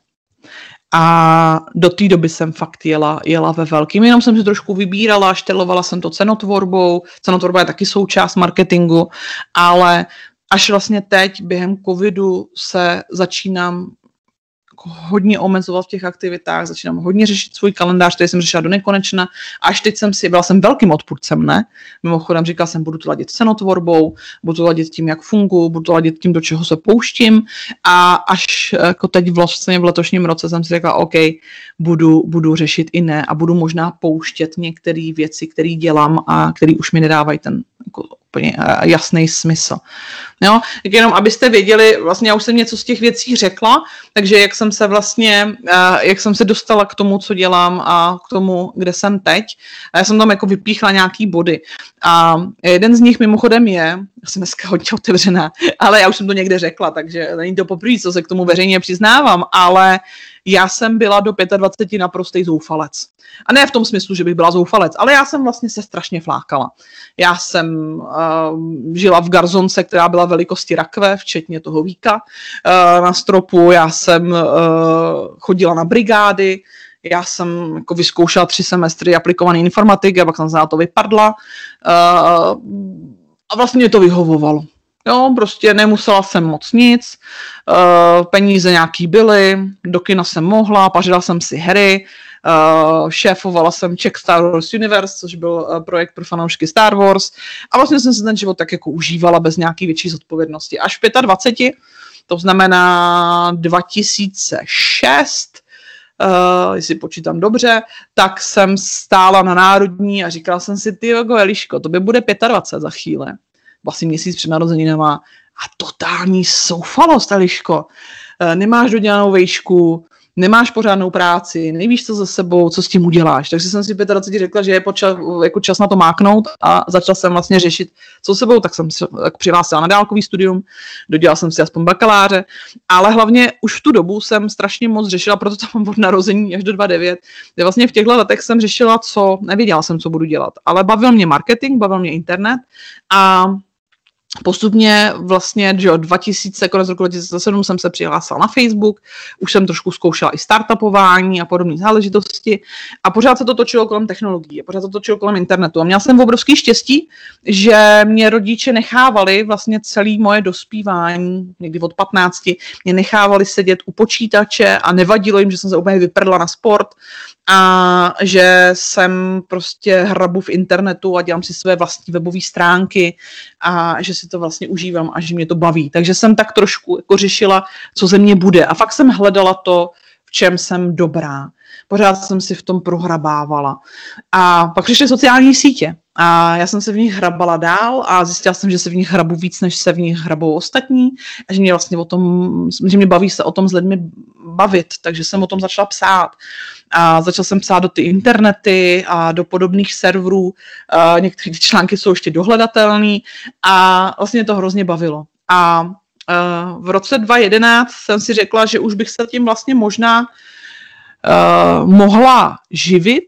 A do té doby jsem fakt jela, jela ve velkým, jenom jsem si trošku vybírala, štelovala jsem to cenotvorbou, cenotvorba je taky součást marketingu, ale až vlastně teď během covidu se začínám hodně omezovat v těch aktivitách, začínám hodně řešit svůj kalendář, který jsem řešila do nekonečna. Až teď jsem si, byla jsem velkým odpůrcem, ne? Mimochodem říkala jsem, budu to ladit cenotvorbou, budu to ladit tím, jak funguji, budu to ladit tím, do čeho se pouštím. A až jako teď vlastně v letošním roce jsem si řekla, OK, budu, budu řešit i ne a budu možná pouštět některé věci, které dělám a které už mi nedávají ten jako úplně jasný smysl. Jo? Tak jenom, abyste věděli, vlastně já už jsem něco z těch věcí řekla, takže jak jsem se vlastně, jak jsem se dostala k tomu, co dělám a k tomu, kde jsem teď. A já jsem tam jako vypíchla nějaký body. A jeden z nich mimochodem je, já jsem dneska hodně otevřená, ale já už jsem to někde řekla, takže není to poprvé, co se k tomu veřejně přiznávám, ale já jsem byla do dvaceti pěti naprostý zoufalec. A ne v tom smyslu, že bych byla zoufalec, ale já jsem vlastně se strašně flákala. Já jsem uh, žila v garzonce, která byla velikosti rakve, včetně toho víka uh, na stropu. Já jsem uh, chodila na brigády, já jsem jako vyzkoušela tři semestry aplikovaný informatik a pak jsem se na to vypadla. Uh, a vlastně mě to vyhovovalo. Jo, prostě nemusela jsem moc nic, uh, peníze nějaký byly, do kina jsem mohla, pařila jsem si hry, uh, šéfovala jsem Czech Star Wars Universe, což byl uh, projekt pro fanoušky Star Wars a vlastně jsem si ten život tak jako užívala bez nějaký větší zodpovědnosti. Až v dvaceti pěti, to znamená dva tisíce šest, Uh, jestli počítám dobře, tak jsem stála na Národní a říkala jsem si, ty jogo, Eliško, to by bude dvacet pět za chvíli. Vlastně měsíc před narozeninama a totální soufalost, Eliško. Uh, nemáš dodělanou vejšku, nemáš pořádnou práci, nevíš, co se sebou, co s tím uděláš. Takže jsem si v dvaceti pěti řekla, že je počas, jako čas na to máknout a začala jsem vlastně řešit, co se sebou, tak jsem se tak přihlásila na dálkový studium, dodělala jsem si aspoň bakaláře, ale hlavně už v tu dobu jsem strašně moc řešila, proto tam mám od narození až do dvacet devět, kde vlastně v těchto letech jsem řešila, co, nevěděla jsem, co budu dělat, ale bavil mě marketing, bavil mě internet a postupně vlastně, že od dva tisíce, konec roku dva tisíce sedm jsem se přihlásila na Facebook, už jsem trošku zkoušela i startupování a podobné záležitosti a pořád se to točilo kolem technologií, pořád se to točilo kolem internetu a měla jsem obrovský štěstí, že mě rodiče nechávali vlastně celé moje dospívání, někdy od patnácti, mě nechávali sedět u počítače a nevadilo jim, že jsem se úplně vyprdla na sport a že jsem prostě hrabu v internetu a dělám si své vlastní webové stránky a že si to vlastně užívám a že mě to baví. Takže jsem tak trošku jako řešila, co ze mě bude. A fakt jsem hledala to, v čem jsem dobrá. Pořád jsem si v tom prohrabávala. A pak přišly sociální sítě. A já jsem se v nich hrabala dál a zjistila jsem, že se v nich hrabu víc, než se v nich hrabou ostatní. A že mě vlastně o tom, že mě baví se o tom s lidmi bavit. Takže jsem o tom začala psát. A začala jsem psát do ty internety a do podobných serverů. A některé ty články jsou ještě dohledatelné. A vlastně to hrozně bavilo. A v roce dva tisíce jedenáct jsem si řekla, že už bych se tím vlastně možná uh, mohla živit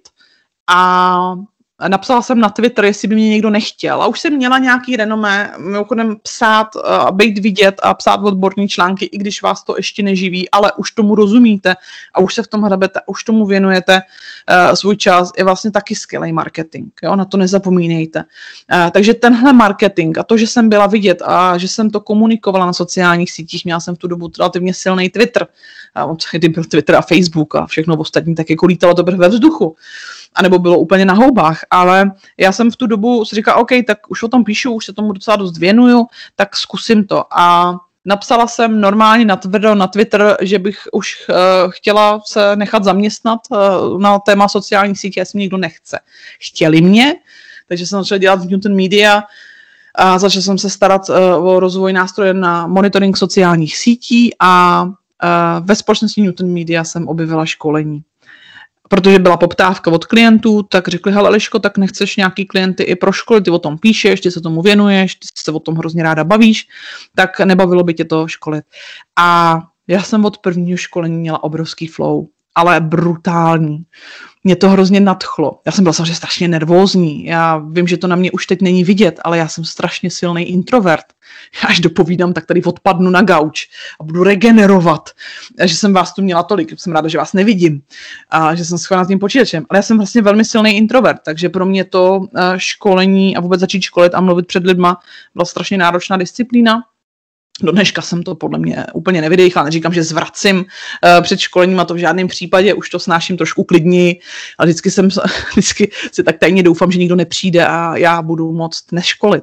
a napsala jsem na Twitter, jestli by mě někdo nechtěl. A už jsem měla nějaký renomé, mimochodem psát a být vidět a psát odborné články, i když vás to ještě neživí, ale už tomu rozumíte a už se v tom hrabete, už tomu věnujete uh, svůj čas. Je vlastně taky skvělý marketing, jo? Na to nezapomínejte. Uh, takže tenhle marketing a to, že jsem byla vidět a že jsem to komunikovala na sociálních sítích, měla jsem v tu dobu relativně silný Twitter, uh, kdy byl Twitter a Facebook a všechno ostatní tak jako lítalo to ve vzduchu. A nebo bylo úplně na houbách, ale já jsem v tu dobu si říkala, OK, tak už o tom píšu, už se tomu docela dost věnuju, tak zkusím to. A napsala jsem normálně na Twitter, na Twitter, že bych už uh, chtěla se nechat zaměstnat uh, na téma sociálních sítí, jestli mě někdo nechce. Chtěli mě, takže jsem začala dělat v Newton Media a začala jsem se starat uh, o rozvoj nástroje na monitoring sociálních sítí a uh, ve společnosti Newton Media jsem objevila školení. Protože byla poptávka od klientů, tak řekli, hele Eliško, tak nechceš nějaký klienty i pro školy, ty o tom píšeš, ty se tomu věnuješ, ty se o tom hrozně ráda bavíš, tak nebavilo by tě to školit. A já jsem od prvního školení měla obrovský flow, ale brutální. Mě to hrozně nadchlo. Já jsem byla samozřejmě strašně nervózní. Já vím, že to na mě už teď není vidět, ale já jsem strašně silný introvert. Já až dopovídám, tak tady odpadnu na gauč a budu regenerovat. A že jsem vás tu měla tolik. Jsem ráda, že vás nevidím. A že jsem schválila tím počítačem. Ale já jsem vlastně velmi silný introvert, takže pro mě to školení a vůbec začít školit a mluvit před lidma byla strašně náročná disciplína. Do dneška jsem to podle mě úplně nevydejchla, neříkám, že zvracím uh, před školením a to v žádném případě, už to snáším trošku klidněji, ale vždycky, jsem, vždycky si tak tajně doufám, že nikdo nepřijde a já budu moct neškolit.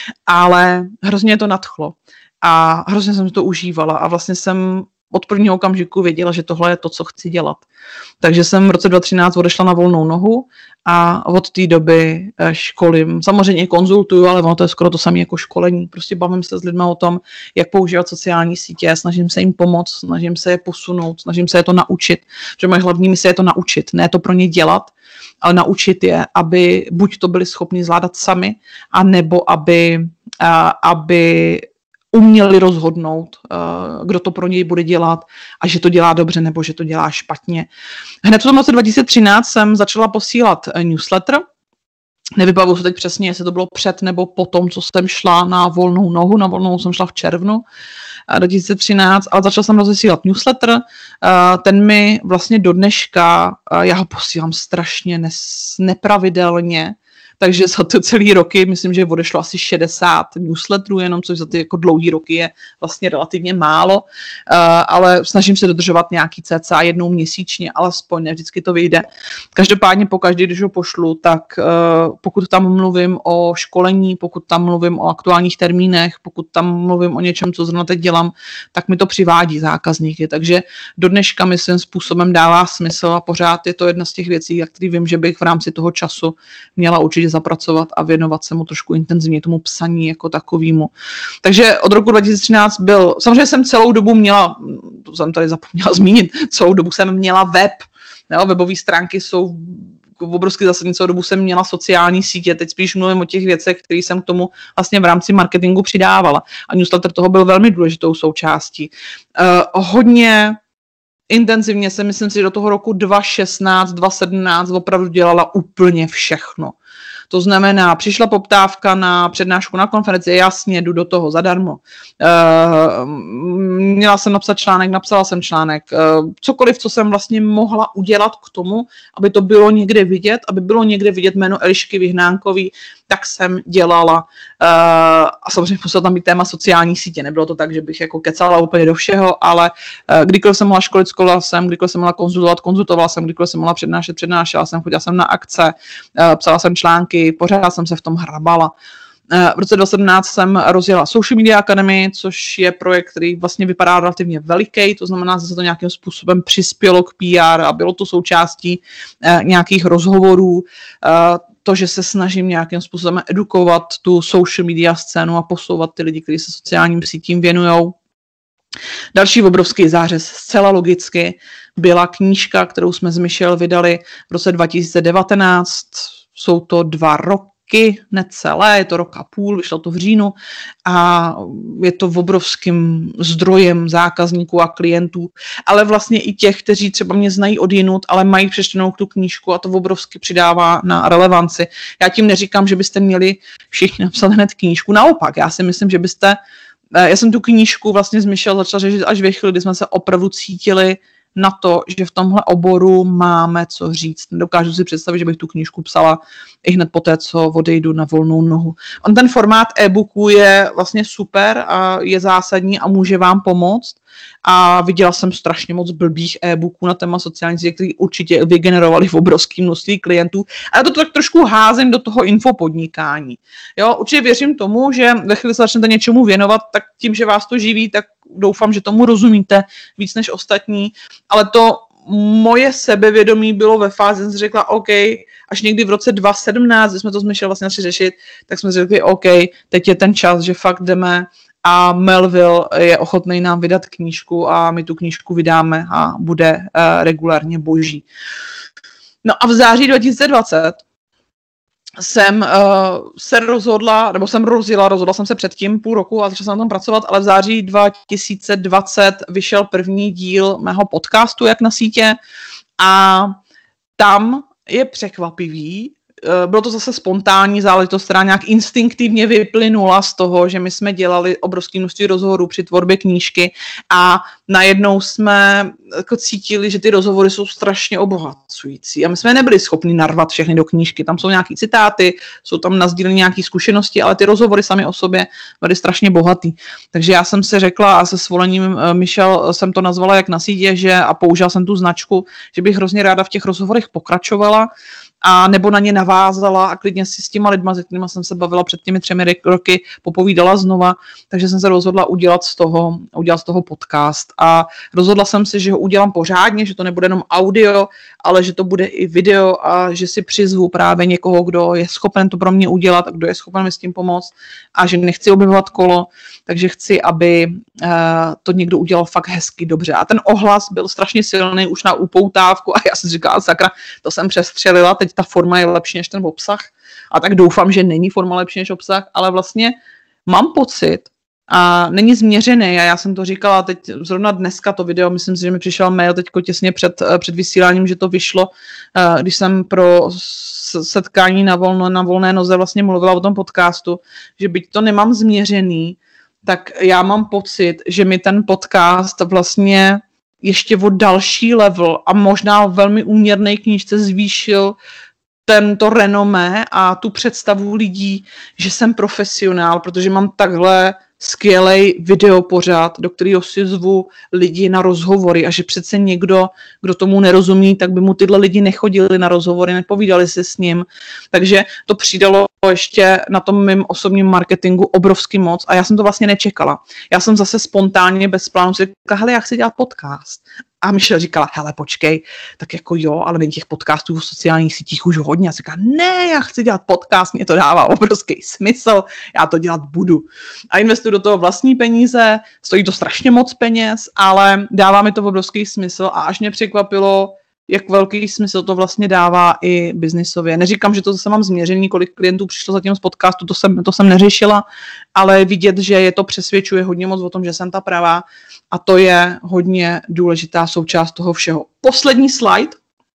Ale hrozně to nadchlo a hrozně jsem to užívala a vlastně jsem od prvního okamžiku věděla, že tohle je to, co chci dělat. Takže jsem v roce dva tisíce třináct odešla na volnou nohu a od té doby školím. Samozřejmě i konzultuju, ale ono to je skoro to samé jako školení. Prostě bavím se s lidmi o tom, jak používat sociální sítě, snažím se jim pomoct, snažím se je posunout, snažím se je to naučit. Že moje hlavní mise je to naučit, ne to pro ně dělat, ale naučit je, aby buď to byli schopni zvládat sami, anebo aby, a, aby uměli rozhodnout, kdo to pro něj bude dělat a že to dělá dobře nebo že to dělá špatně. Hned v tom roce dva tisíce třináct jsem začala posílat newsletter. Nevybavuji se teď přesně, jestli to bylo před nebo po tom, co jsem šla na volnou nohu. Na volnou nohu jsem šla v červnu dva tisíce třináct, ale začala jsem rozesílat newsletter. Ten mi vlastně do dneška, já ho posílám strašně nepravidelně, takže za ty celý roky, myslím, že odešlo asi šedesát newsletterů jenom, což za ty jako dlouhý roky je vlastně relativně málo, uh, ale snažím se dodržovat nějaký cca jednou měsíčně, alespoň ne vždycky to vyjde. Každopádně pokaždé, když ho pošlu, tak uh, pokud tam mluvím o školení, pokud tam mluvím o aktuálních termínech, pokud tam mluvím o něčem, co zrovna teď dělám, tak mi to přivádí zákazníky. Takže do dneška mi svým způsobem dává smysl a pořád je to jedna z těch věcí, jak který vím, že bych v rámci toho času měla určitě zapracovat a věnovat se mu trošku intenzivně tomu psaní jako takovému. Takže od roku dva tisíce třináct byl, samozřejmě jsem celou dobu měla, to jsem tady zapomněla zmínit, celou dobu jsem měla web, jo, webové stránky jsou obrovsky zásadní, celou dobu jsem měla sociální sítě, teď spíš mluvím o těch věcech, které jsem k tomu vlastně v rámci marketingu přidávala. A newsletter toho byl velmi důležitou součástí. Uh, hodně intenzivně jsem, myslím si, do toho roku dva tisíce šestnáct, dva tisíce sedmnáct opravdu dělala úplně všechno. To znamená, přišla poptávka na přednášku na konferenci, jasně, jdu do toho zadarmo. E, měla jsem napsat článek, napsala jsem článek. E, cokoliv, co jsem vlastně mohla udělat k tomu, aby to bylo někde vidět, aby bylo někde vidět jméno Elišky Vyhnánkový, tak jsem dělala. E, a samozřejmě muselo tam být téma sociální sítě. Nebylo to tak, že bych jako kecala úplně do všeho, ale e, kdykoliv jsem mohla školit, školila jsem, kdykoliv jsem mohla konzultovat, konzultovala jsem, kdykoliv jsem mohla přednášet, přednášela jsem, chodila jsem na akce, e, psala jsem články, pořád jsem se v tom hrabala. V roce dva tisíce sedmnáct jsem rozjela Social Media Academy, což je projekt, který vlastně vypadá relativně veliký, to znamená, že se to nějakým způsobem přispělo k P R a bylo to součástí nějakých rozhovorů. To, že se snažím nějakým způsobem edukovat tu social media scénu a posouvat ty lidi, kteří se sociálním sítím věnujou. Další obrovský zářez, zcela logicky, byla knížka, kterou jsme s Michelle vydali v roce dva tisíce devatenáct. Jsou to dva roky, necelé, je to rok a půl, vyšlo to v říjnu a je to obrovským zdrojem zákazníků a klientů, ale vlastně i těch, kteří třeba mě znají odjinud, ale mají přečtenou tu knížku a to obrovsky přidává na relevanci. Já tím neříkám, že byste měli všichni napsat hned knížku, naopak, já si myslím, že byste, já jsem tu knížku vlastně s Michelle začala řešit až ve chvíli, kdy jsme se opravdu cítili na to, že v tomhle oboru máme co říct. Nedokážu si představit, že bych tu knížku psala i hned po té, co odejdu na volnou nohu. On ten formát e-booku je vlastně super a je zásadní a může vám pomoct. A viděla jsem strašně moc blbých e-booků na téma sociální sítě, který určitě vygenerovali v obrovském množství klientů. A já to tak trošku házím do toho infopodnikání. Jo, určitě věřím tomu, že ve chvíli se začnete něčemu věnovat, tak tím, že vás to živí, tak doufám, že tomu rozumíte víc než ostatní. Ale to moje sebevědomí bylo ve fázi, jsem si řekla, OK, až někdy v roce dva tisíce sedmnáct, kdy jsme to smyšli vlastně řešit, tak jsme si řekli, OK, teď je ten čas, že fakt jdeme a Melville je ochotný nám vydat knížku a my tu knížku vydáme a bude uh, regulárně boží. No a v září dva tisíce dvacet jsem uh, se rozhodla, nebo jsem rozjela, rozhodla jsem se předtím půl roku a začala jsem na tom pracovat, ale v září dva tisíce dvacet vyšel první díl mého podcastu Jak na sítě a tam je překvapivý, bylo to zase spontánní záležitost, která nějak instinktivně vyplynula z toho, že my jsme dělali obrovské množství rozhovorů při tvorbě knížky a najednou jsme jako cítili, že ty rozhovory jsou strašně obohacující a my jsme nebyli schopni narvat všechny do knížky. Tam jsou nějaký citáty, jsou tam nasdíleny nějaké zkušenosti, ale ty rozhovory sami o sobě byly strašně bohatý. Takže já jsem si řekla a se svolením Michelle jsem to nazvala jak na sítě, že a použila jsem tu značku, že bych hrozně ráda v těch rozhovorech pokračovala a nebo na ně navázala a klidně si s těma lidma, se kterýma jsem se bavila před těmi třemi roky, popovídala znova, takže jsem se rozhodla udělat z toho, udělat z toho podcast a rozhodla jsem si, že ho udělám pořádně, že to nebude jenom audio, ale že to bude i video a že si přizvu právě někoho, kdo je schopen to pro mě udělat a kdo je schopen mi s tím pomoct a že nechci objevovat kolo, takže chci, aby uh, to někdo udělal fakt hezky, dobře. A ten ohlas byl strašně silný už na upoutávku a já jsem říkala, sakra, to jsem přestřelila, teď ta forma je lepší než ten obsah a tak doufám, že není forma lepší než obsah, ale vlastně mám pocit a není změřený a já jsem to říkala teď zrovna dneska to video, myslím si, že mi přišel mail teďko těsně před, před vysíláním, že to vyšlo, když jsem pro setkání na, volno, na volné noze vlastně mluvila o tom podcastu, že byť to nemám změřený, tak já mám pocit, že mi ten podcast vlastně ještě o další level a možná velmi úměrnej knížce zvýšil tento renomé a tu představu lidí, že jsem profesionál, protože mám takhle skvělej videopořad, do kterého si zvu lidi na rozhovory a že přece někdo, kdo tomu nerozumí, tak by mu tyhle lidi nechodili na rozhovory, nepovídali si s ním. Takže to přidalo ještě na tom mým osobním marketingu obrovský moc a já jsem to vlastně nečekala. Já jsem zase spontánně bez plánu si říkala, hele, já chci dělat podcast. A Michelle říkala, hele, počkej, tak jako jo, ale není těch podcastů v sociálních sítích už hodně. A říkala, ne, já chci dělat podcast, mě to dává obrovský smysl, já to dělat budu. A investuju do toho vlastní peníze, stojí to strašně moc peněz, ale dává mi to obrovský smysl a až mě překvapilo, jak velký smysl to vlastně dává i biznisově. Neříkám, že to zase mám změření, kolik klientů přišlo zatím z podcastu, to jsem, to jsem neřešila, ale vidět, že je to přesvědčuje hodně moc o tom, že jsem ta pravá a to je hodně důležitá součást toho všeho. Poslední slide.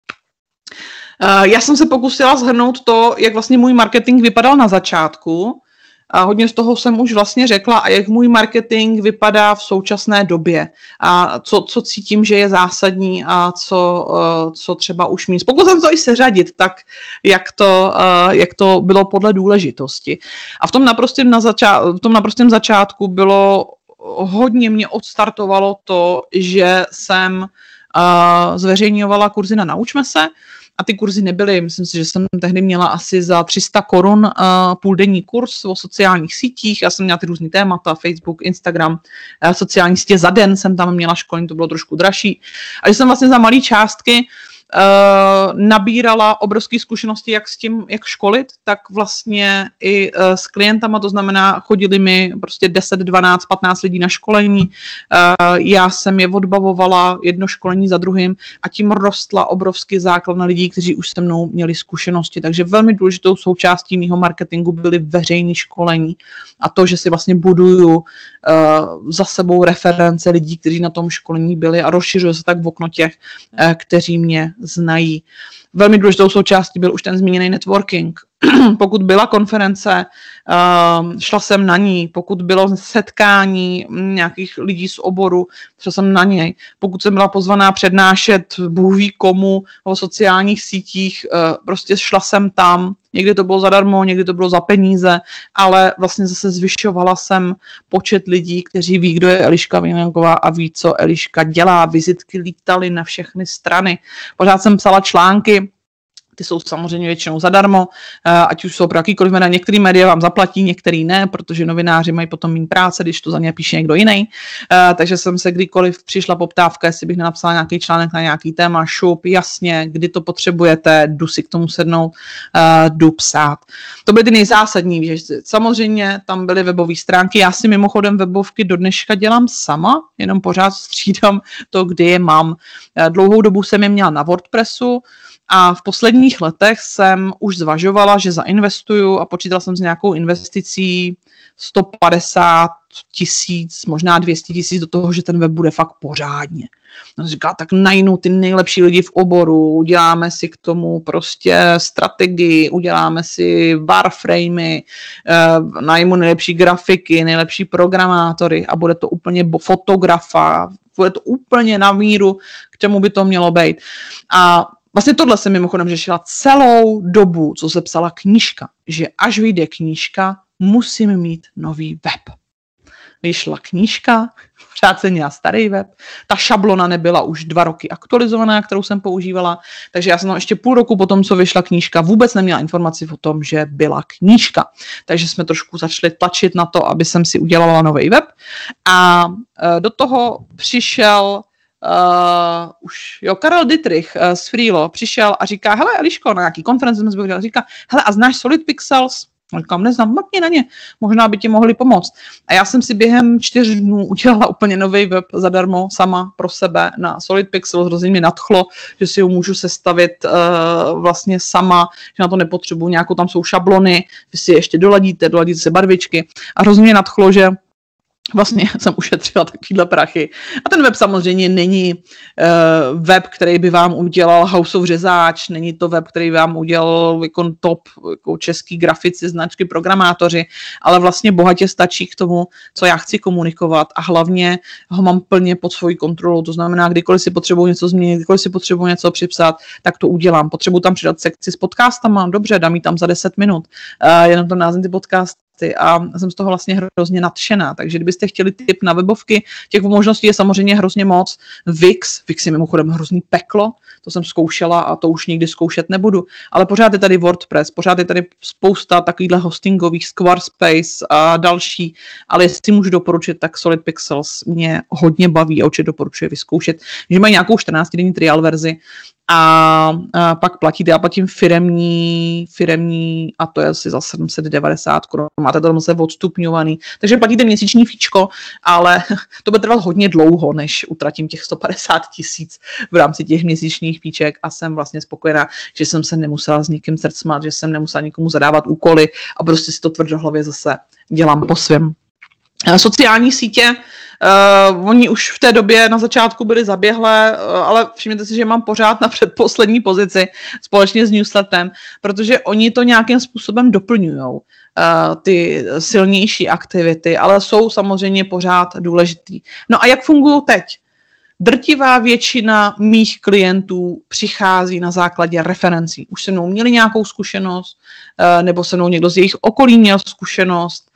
Já jsem se pokusila shrnout to, jak vlastně můj marketing vypadal na začátku. A hodně z toho jsem už vlastně řekla a jak můj marketing vypadá v současné době a co, co cítím, že je zásadní a co, co třeba už mít. Pokud jsem to i seřadit, tak jak to, jak to bylo podle důležitosti. A v tom naprostém, na začá, v tom naprostém začátku bylo hodně mě odstartovalo to, že jsem zveřejňovala kurzy na Naučme se. A ty kurzy nebyly, myslím si, že jsem tehdy měla asi za tři sta korun uh, půldenní kurz o sociálních sítích. Já jsem měla ty různý témata, Facebook, Instagram, uh, sociální sítě za den jsem tam měla školení, to bylo trošku dražší. A že jsem vlastně za malé částky uh, nabírala obrovské zkušenosti, jak s tím, jak školit, tak vlastně i uh, s klientama, to znamená, chodili mi prostě deset, dvanáct, patnáct lidí na školení. Uh, já jsem je odbavovala jedno školení za druhým a tím rostla obrovský základ na lidí, kteří už se mnou měli zkušenosti. Takže velmi důležitou součástí mého marketingu byly veřejné školení a to, že si vlastně buduju uh, za sebou reference lidí, kteří na tom školení byli a rozšiřuje se tak v okno těch, uh, kteří mě znají. Velmi důležitou součástí byl už ten zmíněný networking. Pokud byla konference, šla jsem na ní. Pokud bylo setkání nějakých lidí z oboru, šla jsem na něj. Pokud jsem byla pozvaná přednášet Bůh ví komu o sociálních sítích, prostě šla jsem tam. Někdy to bylo zadarmo, někdy to bylo za peníze, ale vlastně zase zvyšovala jsem počet lidí, kteří ví, kdo je Eliška Vejnanková a ví, co Eliška dělá. Vizitky lítaly na všechny strany. Pořád jsem psala články, ty jsou samozřejmě většinou zadarmo, ať už jsou pro jakýkoliv média. Některý média vám zaplatí, některý ne, protože novináři mají potom méně práce, když to za ně píše někdo jiný. Takže jsem se kdykoliv přišla poptávka, jestli bych nenapsala nějaký článek na nějaký téma, šup, jasně, kdy to potřebujete, jdu si k tomu sednout, jdu psát. To byly ty nejzásadní věci. Samozřejmě tam byly webové stránky, já si mimochodem webovky do dneška dělám sama, jenom pořád střídám to, kdy je mám. Dlouhou dobu jsem je měla na WordPressu, A v posledních letech jsem už zvažovala, že zainvestuju a počítala jsem s nějakou investicí sto padesát tisíc, možná dvě stě tisíc do toho, že ten web bude fakt pořádně. No, říká, tak najnu ty nejlepší lidi v oboru, uděláme si k tomu prostě strategii, uděláme si warframey, eh, najmu nejlepší grafiky, nejlepší programátory a bude to úplně fotografa, bude to úplně na míru, k čemu by to mělo být. A vlastně tohle jsem mimochodem řešila celou dobu, co se psala knížka, že až vyjde knížka, musím mít nový web. Vyšla knížka, pořád jsem měla starý web, ta šablona nebyla už dva roky aktualizovaná, kterou jsem používala, takže já jsem tam ještě půl roku po tom, co vyšla knížka, vůbec neměla informaci o tom, že byla knížka. Takže jsme trošku začali tlačit na to, aby jsem si udělala nový web a e, do toho přišel Uh, už, jo, Karel Dittrich uh, z Freelo přišel a říká, hele Eliško, na nějaký konferenci jsme zbyli, říká, hele a znáš Solid Pixels? Říkám, neznám, mrkni na ně, možná by ti mohli pomoct. A já jsem si během čtyř dnů udělala úplně nový web zadarmo, sama pro sebe na Solid Pixels, hrozně mě nadchlo, že si ho můžu sestavit uh, vlastně sama, že na to nepotřebuji nějakou, tam jsou šablony, vy si ještě doladíte, doladíte si barvičky a hrozně mě nadchlo, že vlastně jsem ušetřila takovýhle prachy. A ten web samozřejmě není uh, web, který by vám udělal Houseov řezáč, není to web, který vám udělal jako top jako český grafici, značky, programátoři, ale vlastně bohatě stačí k tomu, co já chci komunikovat a hlavně ho mám plně pod svojí kontrolou. To znamená, kdykoliv si potřebuji něco změnit, kdykoliv si potřebuji něco připsat, tak to udělám. Potřebuji tam přidat sekci s podcastama, dobře, dám ji tam za deset minut, uh, jenom tam názvím ty podcasty a jsem z toho vlastně hrozně nadšená. Takže kdybyste chtěli tip na webovky, těch možností je samozřejmě hrozně moc. Wix, Wix je mimochodem hrozný peklo, to jsem zkoušela a to už nikdy zkoušet nebudu, ale pořád je tady WordPress, pořád je tady spousta takovýchhle hostingových, Squarespace a další, ale jestli můžu doporučit, tak Solid Pixels mě hodně baví a určitě doporučuji vyzkoušet, že mají nějakou čtrnáctidenní trial verzi, a, a pak platíte, já platím firemní, firemní a to je asi za sedm set devadesát korun, máte tam zase odstupňovaný, takže platíte měsíční fíčko, ale to bude trvat hodně dlouho, než utratím těch sto padesát tisíc v rámci těch měsíčních fíček a jsem vlastně spokojená, že jsem se nemusela s nikým srdcmat, že jsem nemusela nikomu zadávat úkoly a prostě si to tvrdohlavě zase dělám po svém. Sociální sítě, uh, oni už v té době na začátku byly zaběhlé, uh, ale všimněte si, že mám pořád na předposlední pozici společně s newsletterem, protože oni to nějakým způsobem doplňujou, uh, ty silnější aktivity, ale jsou samozřejmě pořád důležitý. No a jak fungují teď? Drtivá většina mých klientů přichází na základě referencí. Už se mnou měli nějakou zkušenost, nebo se mnou někdo z jejich okolí měl zkušenost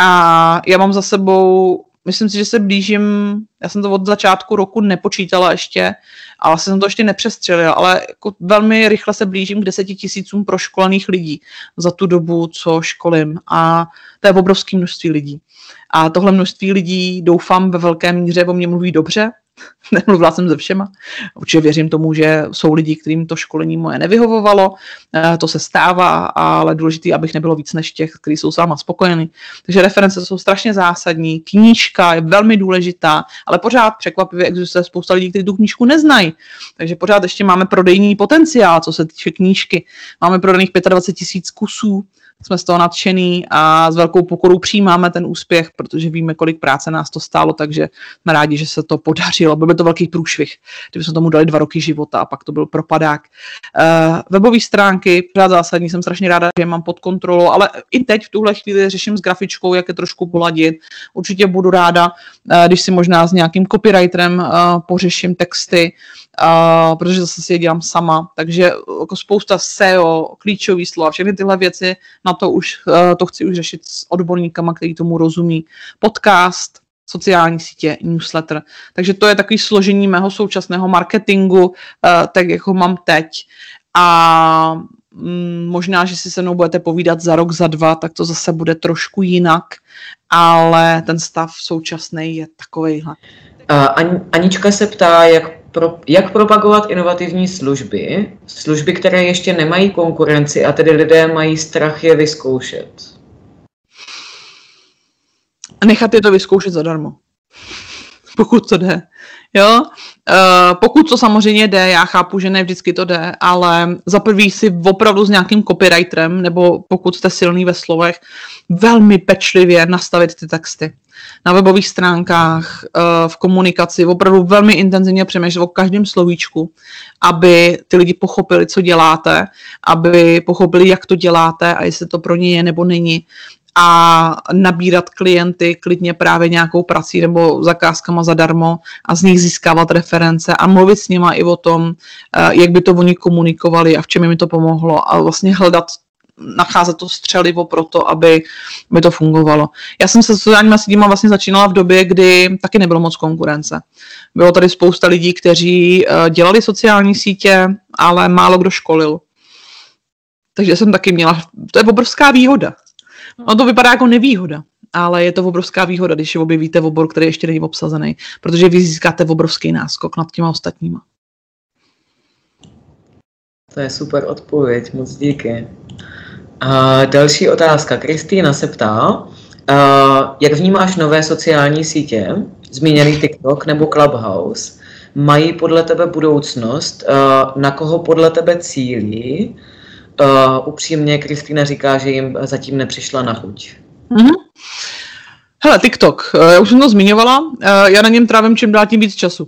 a já mám za sebou, myslím si, že se blížím, já jsem to od začátku roku nepočítala ještě, ale vlastně jsem to ještě nepřestřelila, ale jako velmi rychle se blížím k deseti tisícům proškolených lidí za tu dobu, co školím a to je obrovské množství lidí. A tohle množství lidí doufám ve velké míře o mě mluví dobře, nemluvila jsem se všema. Určitě věřím tomu, že jsou lidi, kterým to školení moje nevyhovovalo, to se stává, ale důležité, abych nebylo víc než těch, kteří jsou s váma spokojení. Takže reference jsou strašně zásadní, knížka je velmi důležitá, ale pořád překvapivě existuje spousta lidí, kteří tu knížku neznají. Takže pořád ještě máme prodejní potenciál, co se týče knížky. Máme prodaných dvacet pět tisíc kusů, jsme z toho nadšený a s velkou pokorou přijímáme ten úspěch, protože víme, kolik práce nás to stálo, takže jsme rádi, že se to podařilo. Byl by to velký průšvih, kdybychom tomu dali dva roky života a pak to byl propadák. Uh, webové stránky, pořád zásadní, jsem strašně ráda, že je mám pod kontrolou, ale i teď v tuhle chvíli řeším s grafičkou, jak je trošku poladit. Určitě budu ráda, uh, když si možná s nějakým copywriterem uh, pořeším texty, Uh, protože zase si je dělám sama, takže jako spousta S E O, klíčový slova, všechny tyhle věci, na to už uh, to chci už řešit s odborníkama, který tomu rozumí. Podcast, sociální sítě, newsletter. Takže to je takový složení mého současného marketingu, uh, tak jak ho mám teď. A mm, možná, že si se mnou budete povídat za rok, za dva, tak to zase bude trošku jinak, ale ten stav současný je takovejhle. Uh, Anička se ptá, jak Pro, jak propagovat inovativní služby, služby, které ještě nemají konkurenci a tedy lidé mají strach je vyzkoušet? Nechat je to vyzkoušet zadarmo. pokud to jde. Jo? Uh, pokud to samozřejmě jde, já chápu, že ne vždycky to jde, ale za prvý si opravdu s nějakým copywriterem, nebo pokud jste silný ve slovech, velmi pečlivě nastavit ty texty. Na webových stránkách, uh, v komunikaci, opravdu velmi intenzivně přemýšlet o každém slovíčku, aby ty lidi pochopili, co děláte, aby pochopili, jak to děláte a jestli to pro ně je nebo není. A nabírat klienty klidně právě nějakou prací nebo zakázkama zadarmo a z nich získávat reference a mluvit s nima i o tom, jak by to oni komunikovali a v čem jim to pomohlo a vlastně hledat, nacházet to střelivo pro to, aby, aby to fungovalo. Já jsem se sociálníma sítěma vlastně začínala v době, kdy taky nebylo moc konkurence. Bylo tady spousta lidí, kteří dělali sociální sítě, ale málo kdo školil. Takže jsem taky měla, to je obrovská výhoda. No to vypadá jako nevýhoda, ale je to obrovská výhoda, když objevíte obor, který ještě není obsazený, protože vy získáte obrovský náskok nad těma ostatníma. To je super odpověď, moc díky. A další otázka. Kristýna se ptá, jak vnímáš nové sociální sítě, zmíněný TikTok nebo Clubhouse, mají podle tebe budoucnost, na koho podle tebe cílí? Uh, upřímně Kristýna říká, že jim zatím nepřišla na chuť. Mm-hmm. Hele, TikTok, já už jsem to zmiňovala, já na něm trávím čím dál tím víc času.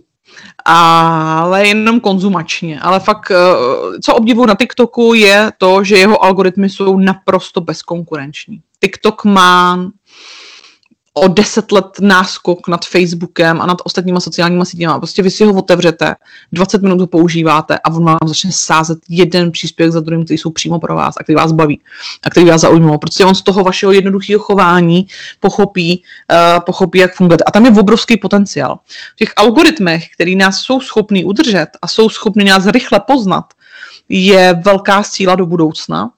Ale jenom konzumačně. Ale fakt, co obdivuju na TikToku, je to, že jeho algoritmy jsou naprosto bezkonkurenční. TikTok má o deset let náskok nad Facebookem a nad ostatníma sociálníma sítěma. Prostě vy si ho otevřete, dvacet minut ho používáte a on vám začne sázet jeden příspěvek za druhým, který jsou přímo pro vás a který vás baví a který vás zaujmou. Protože on z toho vašeho jednoduchého chování pochopí, uh, pochopí, jak funguje. A tam je obrovský potenciál. V těch algoritmech, který nás jsou schopný udržet a jsou schopný nás rychle poznat, je velká síla do budoucna.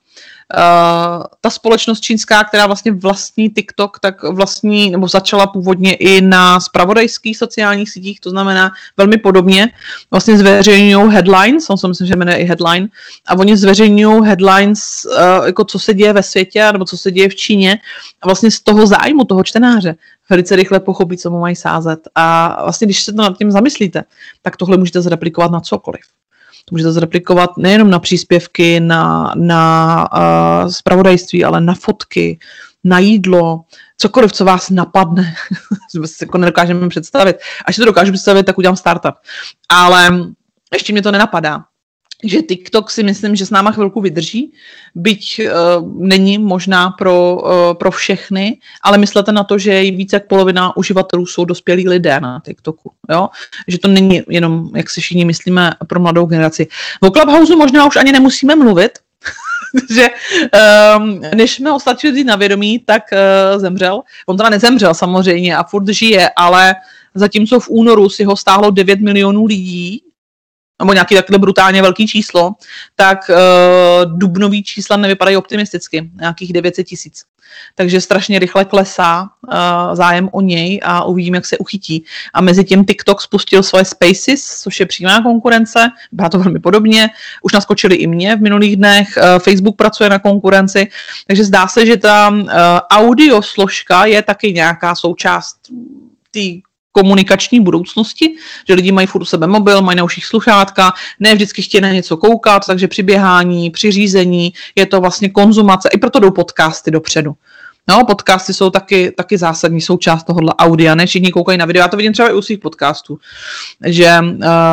Uh, ta společnost čínská, která vlastně vlastní TikTok, tak vlastní, nebo začala původně i na zpravodajských sociálních sítích, to znamená velmi podobně, vlastně zveřejňují headlines, on si myslím, že jmenuje i headline, a oni zveřejňují headlines, uh, jako co se děje ve světě, nebo co se děje v Číně, a vlastně z toho zájmu toho čtenáře velice rychle pochopí, co mu mají sázet. A vlastně, když se to nad tím zamyslíte, tak tohle můžete zreplikovat na cokoliv. To můžete zreplikovat nejenom na příspěvky, na, na uh, zpravodajství, ale na fotky, na jídlo, cokoliv, co vás napadne. Se jako nedokážeme představit. Až si to dokážu představit, tak udělám startup. Ale ještě mě to nenapadá. Že TikTok si myslím, že s náma chvilku vydrží, byť uh, není možná pro, uh, pro všechny, ale myslete na to, že více jak polovina uživatelů jsou dospělí lidé na TikToku. Jo? Že to není jenom, jak si všichni myslíme, pro mladou generaci. O Clubhouse možná už ani nemusíme mluvit, že um, než jsme ho stačili vzít na vědomí, tak uh, zemřel. On teda nezemřel samozřejmě a furt žije, ale zatímco v únoru si ho stáhlo devět milionů lidí, nebo nějaký takhle brutálně velký číslo, tak uh, dubnový čísla nevypadají optimisticky, nějakých devět set tisíc. Takže strašně rychle klesá uh, zájem o něj a uvidíme, jak se uchytí. A mezi tím TikTok spustil svoje Spaces, což je přímá konkurence, byla to velmi podobně, už naskočili i mě v minulých dnech, uh, Facebook pracuje na konkurenci, takže zdá se, že ta uh, audio složka je taky nějaká součást té komunikační budoucnosti, že lidi mají furt u sebe mobil, mají na uších sluchátka, ne vždycky chtějí na něco koukat, takže při běhání, při řízení je to vlastně konzumace, i proto jdou podcasty dopředu. No, podcasty jsou taky, taky zásadní součást tohohle audia, ne všichni koukají na video, já to vidím třeba i u svých podcastů, že uh,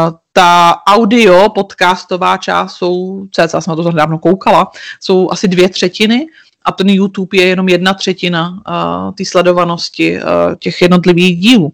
ta audio podcastová část jsou, cca jsem na to dávno koukala, jsou asi dvě třetiny, a ten YouTube je jenom jedna třetina uh, té sledovanosti uh, těch jednotlivých dílů.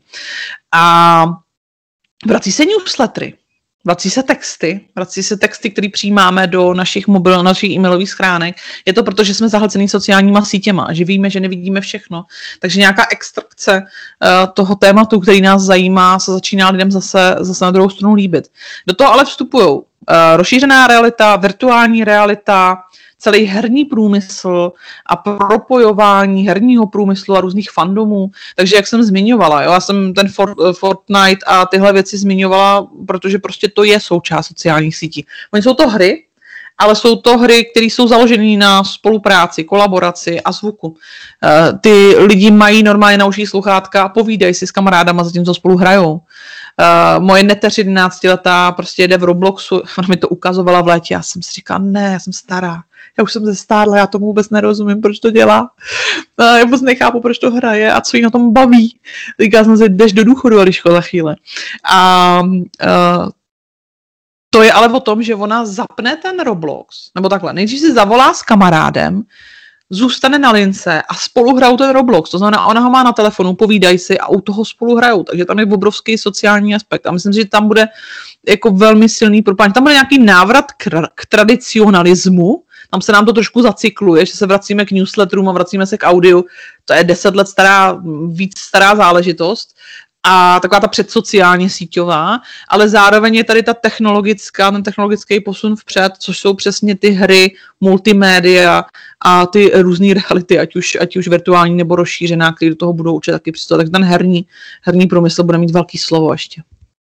A vrací se newslettery, vrací se texty, vrací se texty, které přijímáme do našich mobil, našich e-mailových schránek. Je to proto, že jsme zahlcený sociálníma sítěma, že víme, že nevidíme všechno. Takže nějaká extrakce uh, toho tématu, který nás zajímá, se začíná lidem zase, zase na druhou stranu líbit. Do toho ale vstupují uh, rozšířená realita, virtuální realita, celý herní průmysl a propojování herního průmyslu a různých fandomů. Takže jak jsem zmiňovala, jo, já jsem ten Fortnite a tyhle věci zmiňovala, protože prostě to je součást sociálních sítí. Oni jsou to hry, ale jsou to hry, které jsou založené na spolupráci, kolaboraci a zvuku. Ty lidi mají normálně na uších sluchátka a povídají si s kamarádama, zatímco spolu hrajou. Uh, moje neteř jedenáctiletá prostě jede v Robloxu, ona mi to ukazovala v létě, já jsem si říkala, ne, já jsem stará, já už jsem se stárla, já tomu vůbec nerozumím, proč to dělá, uh, já vůbec nechápu, proč to hraje a co jí na tom baví. Říkala jsem si, jdeš do důchodu, Eliško, za chvíli. A uh, to je ale o tom, že ona zapne ten Roblox, nebo takhle, nejdřív si zavolá s kamarádem, zůstane na lince a spolu hrajou ten Roblox. To znamená, ona ho má na telefonu, povídají si a u toho spolu hrajou. Takže tam je obrovský sociální aspekt. A myslím, že tam bude jako velmi silný propojení. Tam bude nějaký návrat k, k tradicionalismu. Tam se nám to trošku zacykluje, že se vracíme k newsletterům a vracíme se k audiu. To je deset let stará, víc stará záležitost. A taková ta předsociálně síťová, ale zároveň je tady ta technologická, ten technologický posun vpřed, což jsou přesně ty hry, multimédia a ty různé reality, ať už, ať už virtuální nebo rozšířená, které do toho budou určitě taky přistovat. Tak ten herní, herní průmysl bude mít velký slovo ještě.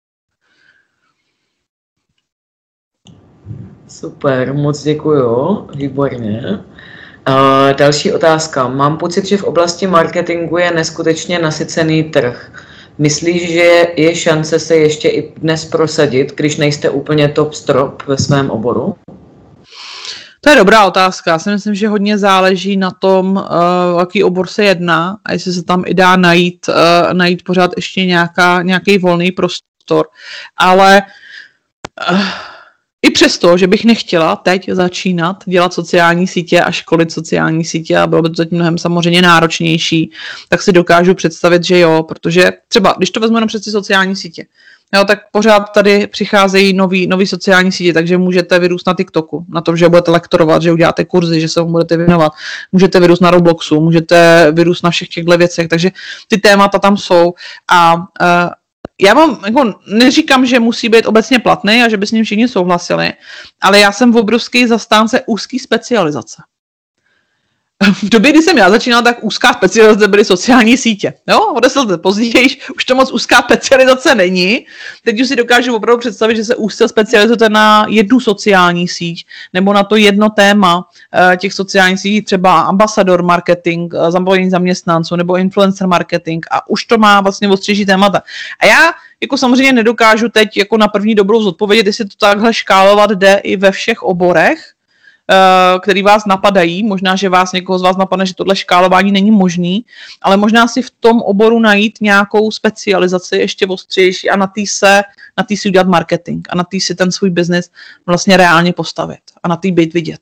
Super, moc děkuju, výborně. Uh, další otázka. Mám pocit, že v oblasti marketingu je neskutečně nasycený trh. Myslíš, že je šance se ještě i dnes prosadit, když nejste úplně top strop ve svém oboru? To je dobrá otázka. Já si myslím, že hodně záleží na tom, uh, jaký obor se jedná a jestli se tam i dá najít, uh, najít pořád ještě nějaká, nějaký volný prostor. Ale uh, i přesto, že bych nechtěla teď začínat dělat sociální sítě a školit sociální sítě a bylo by to teď mnohem samozřejmě náročnější, tak si dokážu představit, že jo, protože třeba, když to vezmu jenom přes ty sociální sítě, jo, tak pořád tady přicházejí nový, nový sociální sítě, takže můžete vyrůst na TikToku, na tom, že budete lektorovat, že uděláte kurzy, že se mu budete věnovat, můžete vyrůst na Robloxu, můžete vyrůst na všech těchto věcech, takže ty témata tam jsou a uh, já mám, jako neříkám, že musí být obecně platný a že by s ním všichni souhlasili, ale já jsem v obrovský zastánce úzký specializace. V době, kdy jsem já začínala, tak úzká specializace byly sociální sítě. Jo, o deset let později už to moc úzká specializace není. Teď už si dokážu opravdu představit, že se úzce specializujete na jednu sociální síť nebo na to jedno téma těch sociálních sítí, třeba ambasador marketing, zapojení zaměstnanců nebo influencer marketing a už to má vlastně ostřejší témata. A já jako samozřejmě nedokážu teď jako na první dobrou zodpovědět, jestli to takhle škálovat jde i ve všech oborech, který vás napadají. Možná, že vás někoho z vás napadne, že tohle škálování není možný, ale možná si v tom oboru najít nějakou specializaci ještě ostřejší a na tý se, na tý si udělat marketing a na tý si ten svůj biznis vlastně reálně postavit a na tý být vidět.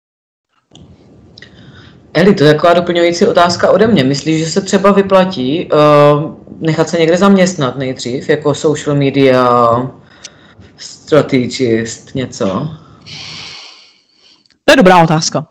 Eli, to je taková doplňující otázka ode mě. Myslíš, že se třeba vyplatí uh, nechat se někde zaměstnat nejdřív, jako social media strategist, něco? To je dobrá otázka.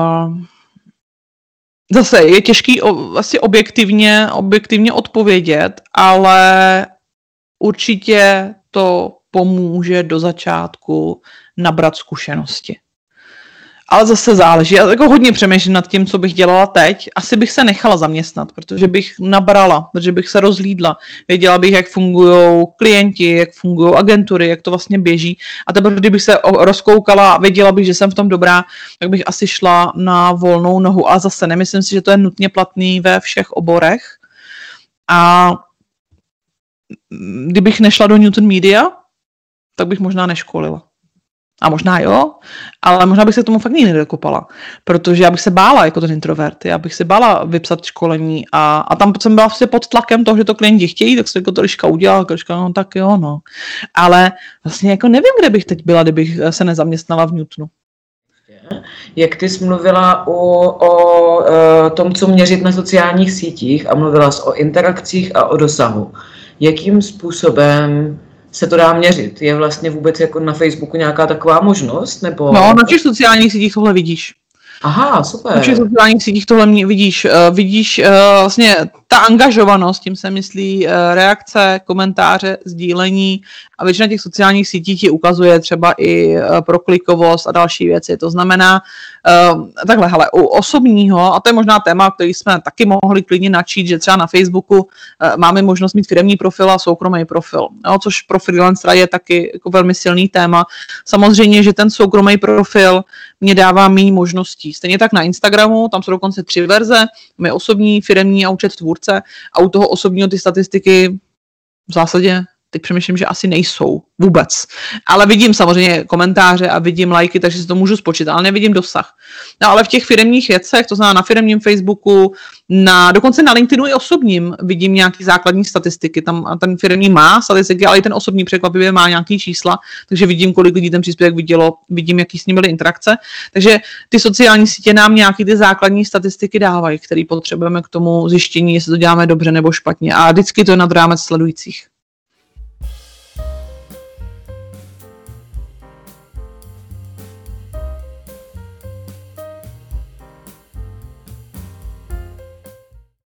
Zase je těžký vlastně objektivně, objektivně odpovědět, ale určitě to pomůže do začátku nabrat zkušenosti. Ale zase záleží. Já jako hodně přemýšlím nad tím, co bych dělala teď. Asi bych se nechala zaměstnat, protože bych nabrala, protože bych se rozhlídla. Věděla bych, jak fungují klienti, jak fungují agentury, jak to vlastně běží. A teprve, kdybych se rozkoukala a věděla bych, že jsem v tom dobrá, tak bych asi šla na volnou nohu. A zase nemyslím si, že to je nutně platný ve všech oborech. A kdybych nešla do Newton Media, tak bych možná neškolila. A možná jo, ale možná bych se k tomu fakt nikdy nedokopala, protože já bych se bála jako ten introvert, já bych se bála vypsat školení a, a tam jsem byla vlastně pod tlakem toho, že to klienti chtějí, tak se jako to Eliška udělala, Eliška, no tak jo, no. Ale vlastně jako nevím, kde bych teď byla, kdybych se nezaměstnala v Newtonu. Jak ty jsi mluvila o, o, o tom, co měřit na sociálních sítích a mluvila jsi o interakcích a o dosahu. Jakým způsobem se to dá měřit? Je vlastně vůbec jako na Facebooku nějaká taková možnost? Nebo... No, na těch sociálních sítích tohle vidíš. Aha, super. Na těch sociálních sítích tohle vidíš. Uh, vidíš uh, vlastně ta angažovanost, tím se myslí reakce, komentáře, sdílení a většina těch sociálních sítí ti ukazuje třeba i proklikovost a další věci. To znamená, takhle, hele, u osobního, a to je možná téma, který jsme taky mohli klidně načít, že třeba na Facebooku máme možnost mít firemní profil a soukromý profil, no, což pro freelancera je taky jako velmi silný téma. Samozřejmě, že ten soukromý profil mě dává méně možností. Stejně tak na Instagramu, tam jsou dokonce tři verze, máme osobní, firemní a účet tvůrce a u toho osobního ty statistiky v zásadě teď přemýšlím, že asi nejsou vůbec. Ale vidím samozřejmě komentáře a vidím lajky, takže si to můžu spočítat, ale nevidím dosah. No ale v těch firemních věcech, to znamená na firemním Facebooku, na, dokonce na LinkedInu i osobním vidím nějaký základní statistiky. Tam a ten firemní má statistiky, ale i ten osobní překvapivě má nějaký čísla, takže vidím, kolik lidí ten příspěvek vidělo, vidím, jaký s ním byly interakce. Takže ty sociální sítě nám nějaký ty základní statistiky dávají, které potřebujeme k tomu zjištění, jestli to děláme dobře nebo špatně. A vždycky to je nad rámec sledujících.